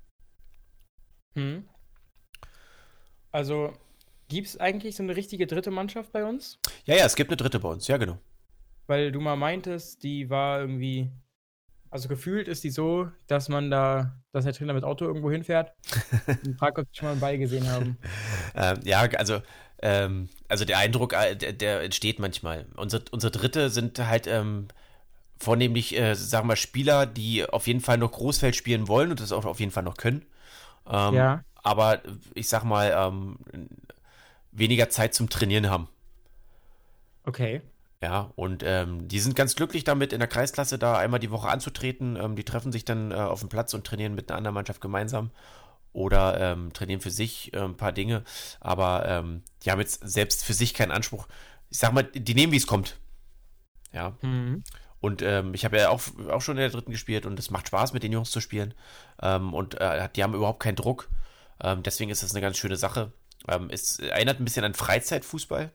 Hm. Also, gibt es eigentlich so eine richtige dritte Mannschaft bei uns? Ja, es gibt eine dritte bei uns, ja, genau. Weil du mal meintest, die war irgendwie, also gefühlt ist die so, dass der Trainer mit Auto irgendwo hinfährt. Ich frage, ob die schon mal einen Ball gesehen haben. Ja, also der Eindruck, der entsteht manchmal. Unsere Dritte sind halt vornehmlich, sagen wir, Spieler, die auf jeden Fall noch Großfeld spielen wollen und das auch auf jeden Fall noch können. Ja. Aber ich sag mal, weniger Zeit zum Trainieren haben. Okay. Ja, und die sind ganz glücklich damit, in der Kreisklasse da einmal die Woche anzutreten. Die treffen sich dann auf dem Platz und trainieren mit einer anderen Mannschaft gemeinsam oder trainieren für sich ein paar Dinge. Aber die haben jetzt selbst für sich keinen Anspruch. Ich sag mal, die nehmen, wie es kommt. Ja. Mhm. Und ich habe ja auch schon in der dritten gespielt und es macht Spaß, mit den Jungs zu spielen. Und die haben überhaupt keinen Druck. Deswegen ist das eine ganz schöne Sache. Es erinnert ein bisschen an Freizeitfußball.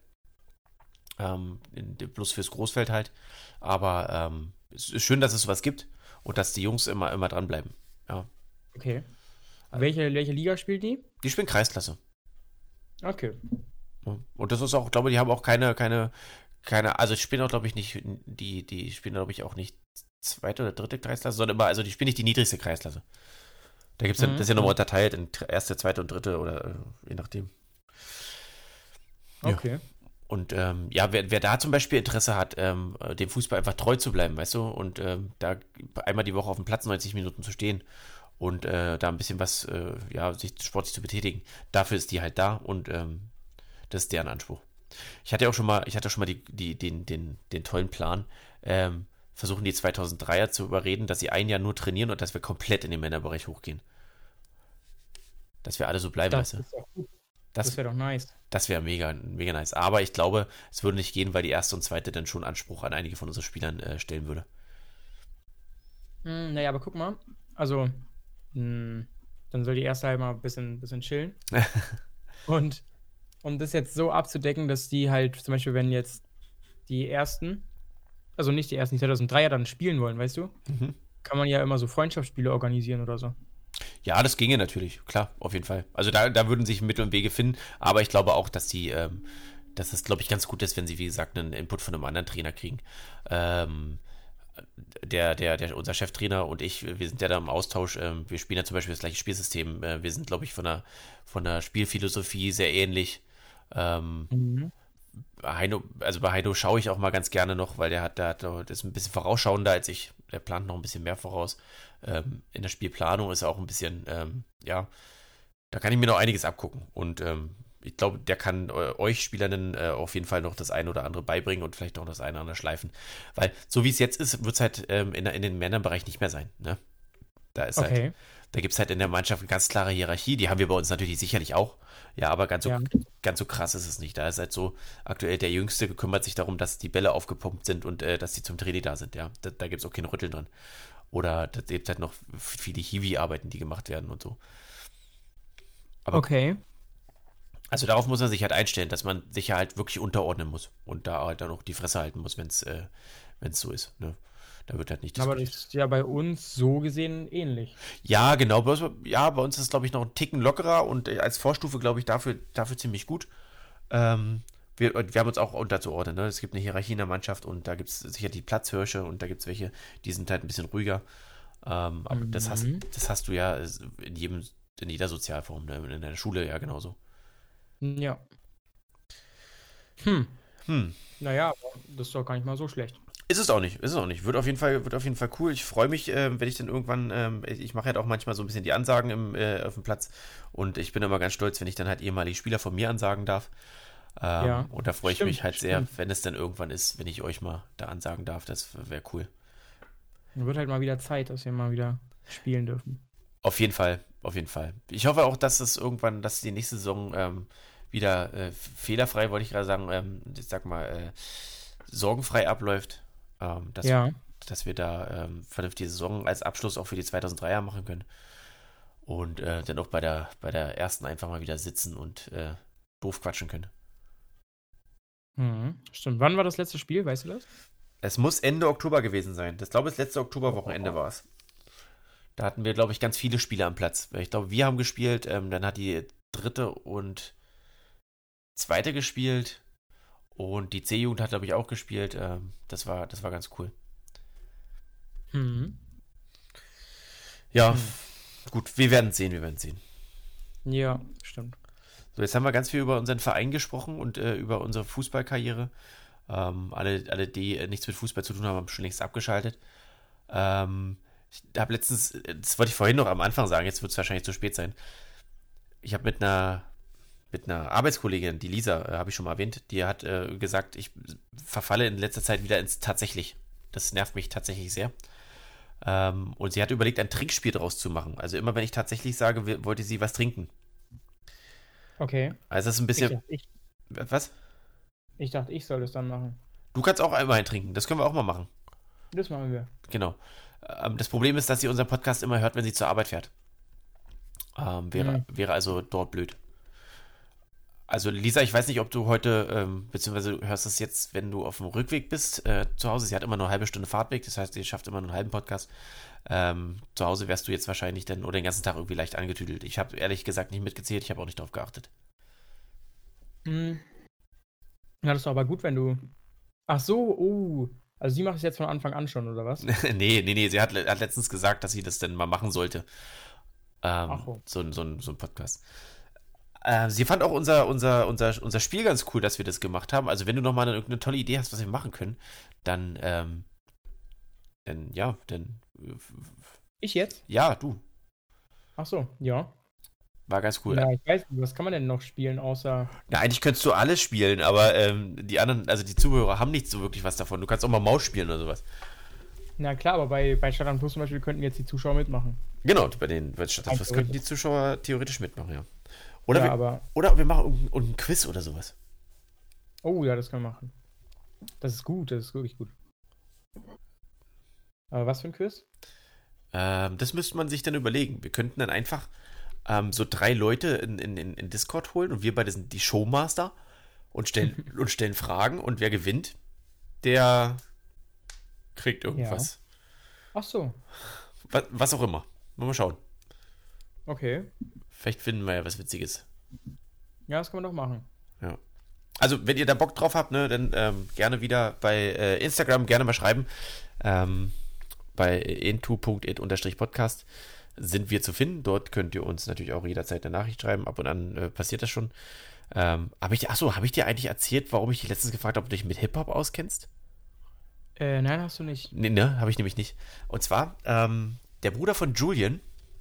Bloß fürs Großfeld halt. Aber es ist schön, dass es sowas gibt und dass die Jungs immer dranbleiben. Ja. Okay. Welche Liga spielt die? Die spielen Kreisklasse. Okay. Ja. Und das ist auch, glaube ich, die haben auch keine, also spielen auch, glaube ich, nicht, die spielen, glaube ich, auch nicht zweite oder dritte Kreisklasse, sondern immer, also die spielen nicht die niedrigste Kreisklasse. Da gibt es das ist ja nochmal unterteilt in erste, zweite und dritte oder je nachdem. Ja. Okay. Und wer da zum Beispiel Interesse hat, dem Fußball einfach treu zu bleiben, weißt du, und da einmal die Woche auf dem Platz 90 Minuten zu stehen und da ein bisschen was, sich sportlich zu betätigen, dafür ist die halt da und das ist deren Anspruch. Ich hatte schon mal den tollen Plan, versuchen die 2003er zu überreden, dass sie ein Jahr nur trainieren und dass wir komplett in den Männerbereich hochgehen. Dass wir alle so bleiben, weißt du. Das ist auch gut. Das Das wäre doch nice. Das wäre mega, mega nice. Aber ich glaube, es würde nicht gehen, weil die erste und zweite dann schon Anspruch an einige von unseren Spielern stellen würde. Naja, aber guck mal. Also, dann soll die erste halt mal ein bisschen chillen. Und um das jetzt so abzudecken, dass die halt, zum Beispiel, wenn jetzt die ersten, also nicht die ersten, die 2003er dann spielen wollen, weißt du? Kann man ja immer so Freundschaftsspiele organisieren oder so. Ja, das ginge natürlich, klar, auf jeden Fall. Also da würden sich Mittel und Wege finden, aber ich glaube auch, dass es, glaube ich, ganz gut ist, wenn sie, wie gesagt, einen Input von einem anderen Trainer kriegen. Unser Cheftrainer und ich, wir sind ja da im Austausch, wir spielen ja zum Beispiel das gleiche Spielsystem, wir sind, glaube ich, von der Spielphilosophie sehr ähnlich. Bei Heino schaue ich auch mal ganz gerne noch, weil der ist ein bisschen vorausschauender als ich, der plant noch ein bisschen mehr voraus. In der Spielplanung ist er auch ein bisschen, da kann ich mir noch einiges abgucken. Und ich glaube, der kann euch Spielerinnen auf jeden Fall noch das eine oder andere beibringen und vielleicht auch das eine oder andere schleifen. Weil so wie es jetzt ist, wird es halt in den Männerbereich nicht mehr sein. Ne? Da ist Okay. da gibt es halt in der Mannschaft eine ganz klare Hierarchie. Die haben wir bei uns natürlich sicherlich auch. Ja, aber ganz so krass ist es nicht. Da ist halt so, aktuell der Jüngste kümmert sich darum, dass die Bälle aufgepumpt sind und dass die zum Training da sind. Ja, da gibt es auch kein Rütteln dran. Oder da gibt es halt noch viele Hiwi-Arbeiten, die gemacht werden und so. Aber Okay. also darauf muss man sich halt einstellen, dass man sich ja halt wirklich unterordnen muss und da halt dann auch die Fresse halten muss, wenn es so ist. Ne? Da wird halt nicht Aber das diskutiert. ist ja bei uns so gesehen ähnlich. Ja, genau. Bei uns ist es, glaube ich, noch ein Ticken lockerer und als Vorstufe, glaube ich, dafür ziemlich gut. Wir haben uns auch unterzuordnen. Ne? Es gibt eine Hierarchie in der Mannschaft und da gibt es sicher die Platzhirsche und da gibt es welche, die sind halt ein bisschen ruhiger. Aber das hast du ja in jeder Sozialform, ne? In der Schule ja genauso. Ja. Naja, aber das ist doch gar nicht mal so schlecht. Ist es auch nicht. Wird auf jeden Fall cool. Ich freue mich, wenn ich dann irgendwann, ich mache halt auch manchmal so ein bisschen die Ansagen auf dem Platz und ich bin immer ganz stolz, wenn ich dann halt ehemalige Spieler von mir ansagen darf. Ja. Und da freue ich mich halt sehr, Stimmt. wenn es dann irgendwann ist, wenn ich euch mal da ansagen darf. Das wäre cool. Dann wird halt mal wieder Zeit, dass wir mal wieder spielen dürfen. Auf jeden Fall, auf jeden Fall. Ich hoffe auch, dass es irgendwann, dass die nächste Saison wieder fehlerfrei, wollte ich gerade sagen, ich sag mal, sorgenfrei abläuft. Ja. dass wir da vernünftige Saison als Abschluss auch für die 2003er machen können. Und dann auch bei der ersten einfach mal wieder sitzen und doof quatschen können. Stimmt. Wann war das letzte Spiel? Weißt du das? Es muss Ende Oktober gewesen sein. Ich glaube, das letzte Oktoberwochenende war es. Da hatten wir, glaube ich, ganz viele Spiele am Platz. Ich glaube, wir haben gespielt, dann hat die dritte und zweite gespielt und die C-Jugend hat, glaube ich, auch gespielt. Das war ganz cool. Ja, gut, wir werden sehen. Ja, stimmt. So, jetzt haben wir ganz viel über unseren Verein gesprochen und über unsere Fußballkarriere. Alle, die nichts mit Fußball zu tun haben, haben schon längst abgeschaltet. Ich habe letztens, das wollte ich vorhin noch am Anfang sagen, jetzt wird es wahrscheinlich zu spät sein. Ich habe mit einer Arbeitskollegin, die Lisa, habe ich schon mal erwähnt, die hat gesagt, ich verfalle in letzter Zeit wieder ins Tatsächlich. Das nervt mich tatsächlich sehr. Und sie hat überlegt, ein Trinkspiel draus zu machen. Also immer, wenn ich tatsächlich sage, wollte sie was trinken. Okay. Also das ist ein bisschen... Was? Ich dachte, ich soll das dann machen. Du kannst auch einmal trinken. Das können wir auch mal machen. Das machen wir. Genau. Das Problem ist, dass sie unseren Podcast immer hört, wenn sie zur Arbeit fährt. Wäre also dort blöd. Also Lisa, ich weiß nicht, ob du heute, beziehungsweise du hörst es jetzt, wenn du auf dem Rückweg bist, zu Hause. Sie hat immer nur eine halbe Stunde Fahrtweg, das heißt, sie schafft immer nur einen halben Podcast. Zu Hause wärst du jetzt wahrscheinlich dann oder den ganzen Tag irgendwie leicht angetüdelt. Ich habe ehrlich gesagt nicht mitgezählt, ich habe auch nicht drauf geachtet. Ja, das ist doch aber gut, wenn du... Ach so, also sie macht es jetzt von Anfang an schon, oder was? Nee, sie hat letztens gesagt, dass sie das dann mal machen sollte. So ein Podcast. Sie fand auch unser Spiel ganz cool, dass wir das gemacht haben. Also wenn du nochmal irgendeine tolle Idee hast, was wir machen können, dann Ich jetzt? Ja, du. Ach so, ja. War ganz cool. Ja, ich weiß nicht, was kann man denn noch spielen, außer... Ja, eigentlich könntest du alles spielen, aber die anderen, also die Zuhörer haben nicht so wirklich was davon. Du kannst auch mal Maus spielen oder sowas. Na klar, aber bei Stadtland Plus zum Beispiel könnten jetzt die Zuschauer mitmachen. Genau, bei Stadtland Plus könnten die Zuschauer theoretisch mitmachen, ja. Oder, ja, wir machen einen Quiz oder sowas. Oh ja, das können wir machen. Das ist gut, das ist wirklich gut. Aber was für ein Quiz? Das müsste man sich dann überlegen. Wir könnten dann einfach so 3 Leute in Discord holen und wir beide sind die Showmaster und stellen Fragen und wer gewinnt, der kriegt irgendwas. Ja. Ach so. Was auch immer. Mal schauen. Okay. Vielleicht finden wir ja was Witziges. Ja, das können wir doch machen. Ja. Also, wenn ihr da Bock drauf habt, ne, dann gerne wieder bei Instagram gerne mal schreiben. Bei intu.it_podcast sind wir zu finden. Dort könnt ihr uns natürlich auch jederzeit eine Nachricht schreiben. Ab und an passiert das schon. Habe ich dir eigentlich erzählt, warum ich dich letztens gefragt habe, ob du dich mit Hip-Hop auskennst? Nein, hast du nicht. Nee, ne, habe ich nämlich nicht. Und zwar, der Bruder von Julian,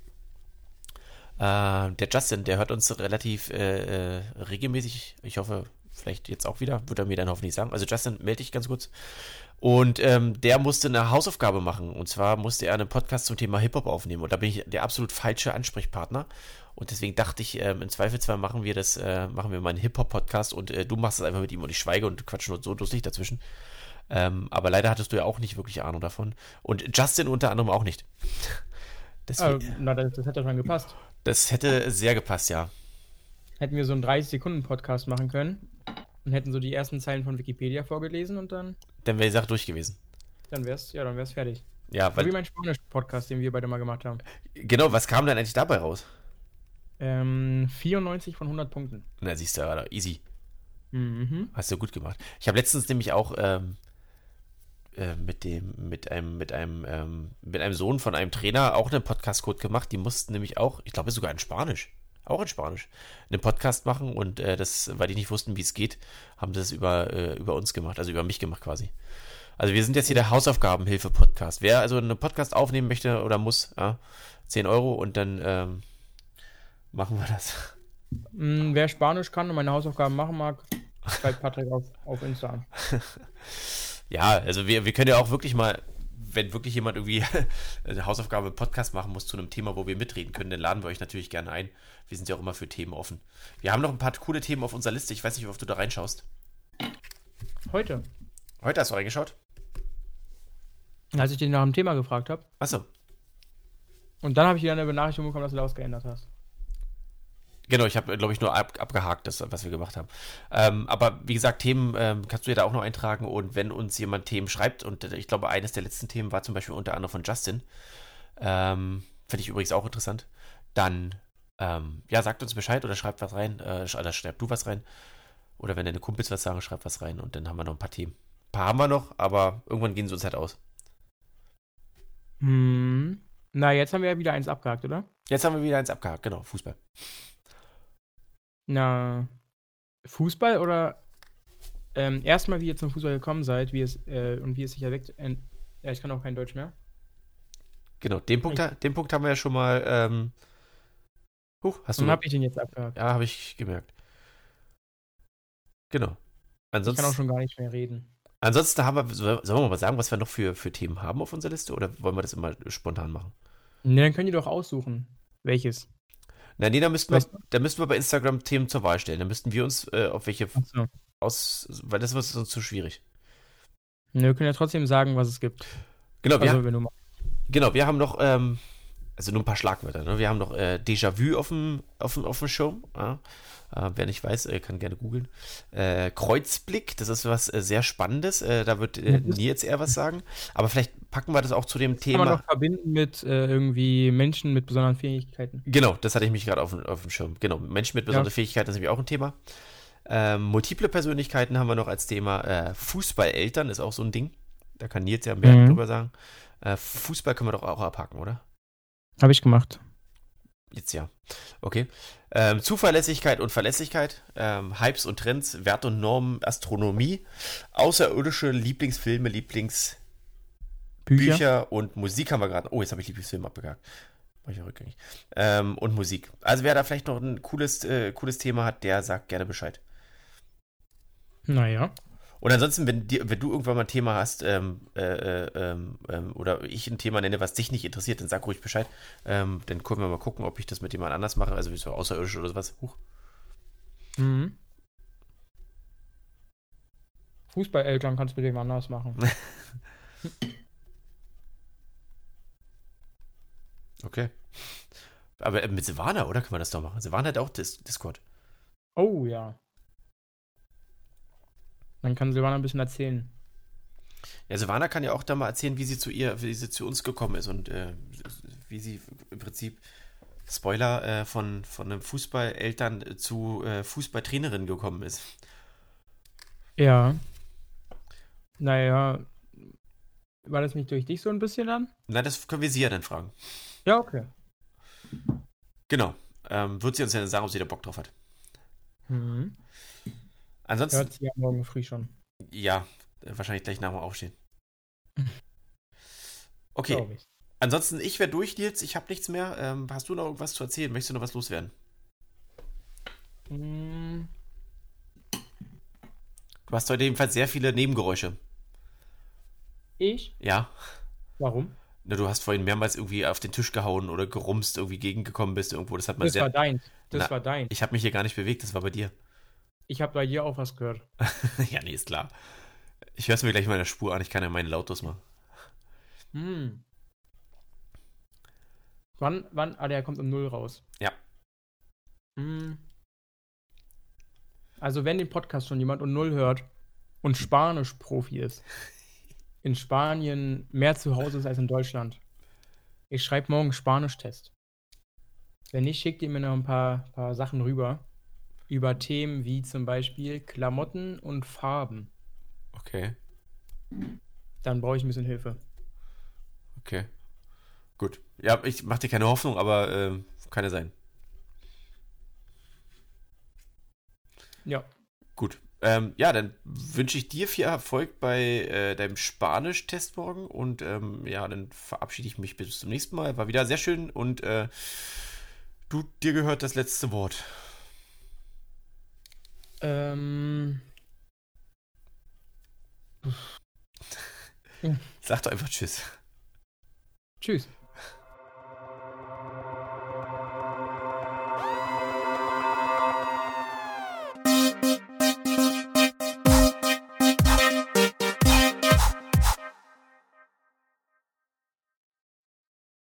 der Justin, der hört uns relativ regelmäßig. Ich hoffe, vielleicht jetzt auch wieder. Wird er mir dann hoffentlich sagen. Also Justin, melde dich ganz kurz. Und der musste eine Hausaufgabe machen. Und zwar musste er einen Podcast zum Thema Hip-Hop aufnehmen. Und da bin ich der absolut falsche Ansprechpartner. Und deswegen dachte ich, im Zweifelsfall machen wir mal einen Hip-Hop-Podcast und du machst es einfach mit ihm und ich schweige und quatsche nur so dusselig dazwischen. Aber leider hattest du ja auch nicht wirklich Ahnung davon. Und Justin unter anderem auch nicht. Deswegen, das hätte schon gepasst. Das hätte sehr gepasst, ja. Hätten wir so einen 30-Sekunden-Podcast machen können und hätten so die ersten Zeilen von Wikipedia vorgelesen und dann... Dann wäre die Sache durch gewesen. Dann wär's fertig. Ja, weil... So wie mein Spanisch-Podcast, den wir beide mal gemacht haben. Genau, was kam denn eigentlich dabei raus? 94 von 100 Punkten. Na, siehst du, Alter, easy. Mhm. Hast du gut gemacht. Ich habe letztens nämlich auch mit einem Sohn von einem Trainer auch einen Podcast-Code gemacht. Die mussten nämlich auch, ich glaube sogar in Spanisch, einen Podcast machen und weil die nicht wussten, wie es geht, haben das über uns gemacht, also über mich gemacht quasi. Also wir sind jetzt hier der Hausaufgabenhilfe-Podcast. Wer also einen Podcast aufnehmen möchte oder muss, 10 € und dann machen wir das. Wer Spanisch kann und meine Hausaufgaben machen mag, schreibt Patrick auf Insta an. Ja, also wir können ja auch wirklich mal, wenn wirklich jemand irgendwie eine Hausaufgabe Podcast machen muss zu einem Thema, wo wir mitreden können, dann laden wir euch natürlich gerne ein. Wir sind ja auch immer für Themen offen. Wir haben noch ein paar coole Themen auf unserer Liste. Ich weiß nicht, ob du da reinschaust. Heute Heute hast du reingeschaut? Als ich den nach dem Thema gefragt habe. Achso. Und dann habe ich wieder eine Benachrichtigung bekommen, dass du da was geändert hast. Genau, ich habe, glaube ich, nur abgehakt, das, was wir gemacht haben. Aber wie gesagt, Themen kannst du ja da auch noch eintragen. Und wenn uns jemand Themen schreibt, und ich glaube, eines der letzten Themen war zum Beispiel unter anderem von Justin, finde ich übrigens auch interessant, dann ja, sagt uns Bescheid oder schreibt was rein, oder schreib du was rein. Oder wenn deine Kumpels was sagen, schreibt was rein und dann haben wir noch ein paar Themen. Ein paar haben wir noch, aber irgendwann gehen sie uns halt aus. Na, jetzt haben wir ja wieder eins abgehakt, oder? Jetzt haben wir wieder eins abgehakt, genau, Fußball. Na, Fußball oder erstmal, wie ihr zum Fußball gekommen seid, und wie es sich erweckt. Ja, ich kann auch kein Deutsch mehr. Genau, den Punkt haben wir ja schon mal. Hast du. Dann habe ich den jetzt abgehakt. Ja, habe ich gemerkt. Genau. Ich kann auch schon gar nicht mehr reden. Ansonsten sollen wir mal sagen, was wir noch für Themen haben auf unserer Liste oder wollen wir das immer spontan machen? Ne, dann könnt ihr doch aussuchen. Welches? Na, nee, da müssten wir bei Instagram Themen zur Wahl stellen. Da müssten wir uns auf welche weil das wird sonst zu schwierig. Ne, wir können ja trotzdem sagen, was es gibt. Genau, wir haben noch, also nur ein paar Schlagwörter. Ne? Wir haben noch Déjà-vu auf dem Schirm. Ja? Wer nicht weiß, kann gerne googeln. Kreuzblick, das ist was sehr Spannendes. Da wird Nils eher was sagen. Aber vielleicht packen wir das auch zu dem Thema. Kann man noch verbinden mit irgendwie Menschen mit besonderen Fähigkeiten. Genau, das hatte ich mich gerade auf dem Schirm. Genau, Menschen mit besonderen Fähigkeiten ist nämlich auch ein Thema. Multiple Persönlichkeiten haben wir noch als Thema. Fußballeltern ist auch so ein Ding. Da kann Nils ja mehr drüber sagen. Fußball können wir doch auch abhaken, oder? Habe ich gemacht. Jetzt ja. Okay. Zuverlässigkeit und Verlässlichkeit, Hypes und Trends, Wert und Normen, Astronomie, außerirdische Lieblingsfilme, Lieblingsbücher und Musik haben wir gerade. Oh, jetzt habe ich Lieblingsfilme abgehakt. Mach ich ja rückgängig. Und Musik. Also wer da vielleicht noch ein cooles Thema hat, der sagt gerne Bescheid. Naja. Und ansonsten, wenn du irgendwann mal ein Thema hast, oder ich ein Thema nenne, was dich nicht interessiert, dann sag ruhig Bescheid. Dann können wir mal gucken, ob ich das mit jemand anders mache, also wie so außerirdisch oder sowas. Fußballeltern kannst du mit jemand anders machen. Okay. Aber mit Silvana, oder? Kann man das doch machen? Silvana hat auch Discord. Oh, ja. Dann kann Silvana ein bisschen erzählen. Ja, Silvana kann ja auch da mal erzählen, wie sie zu uns gekommen ist und wie sie im Prinzip, Spoiler, von einem Fußballeltern zu Fußballtrainerin gekommen ist. Ja. Naja. War das nicht durch dich so ein bisschen dann? Na, das können wir sie ja dann fragen. Ja, okay. Genau. Wird sie uns ja dann sagen, ob sie da Bock drauf hat. Ansonsten. Hört sie ja morgen früh schon. Ja, wahrscheinlich gleich nach dem Aufstehen. Okay. Ansonsten, ich wäre durch, Nils. Ich habe nichts mehr. Hast du noch irgendwas zu erzählen? Möchtest du noch was loswerden? Du hast heute jedenfalls sehr viele Nebengeräusche. Ich? Ja. Warum? Na, du hast vorhin mehrmals irgendwie auf den Tisch gehauen oder gerumst, irgendwie gegengekommen bist irgendwo. Das hat man war deins. War deins. Ich habe mich hier gar nicht bewegt, das war bei dir. Ich habe bei dir auch was gehört. Ja, nee, ist klar. Ich höre es mir gleich mal in der Spur an. Ich kann ja meine Lautlos machen. Wann? Der kommt um 0 raus. Ja. Also wenn den Podcast schon jemand um 0 hört und Spanisch-Profi ist, in Spanien mehr zu Hause ist als in Deutschland, ich schreibe morgen Spanisch-Test. Wenn nicht, schickt ihr mir noch ein paar Sachen rüber. Über Themen wie zum Beispiel Klamotten und Farben. Okay. Dann brauche ich ein bisschen Hilfe. Okay. Gut. Ja, ich mache dir keine Hoffnung, aber kann ja sein. Ja. Gut. Ja, dann wünsche ich dir viel Erfolg bei deinem Spanisch-Test morgen und ja, dann verabschiede ich mich bis zum nächsten Mal. War wieder sehr schön und dir gehört das letzte Wort. Sag doch einfach Tschüss. Tschüss.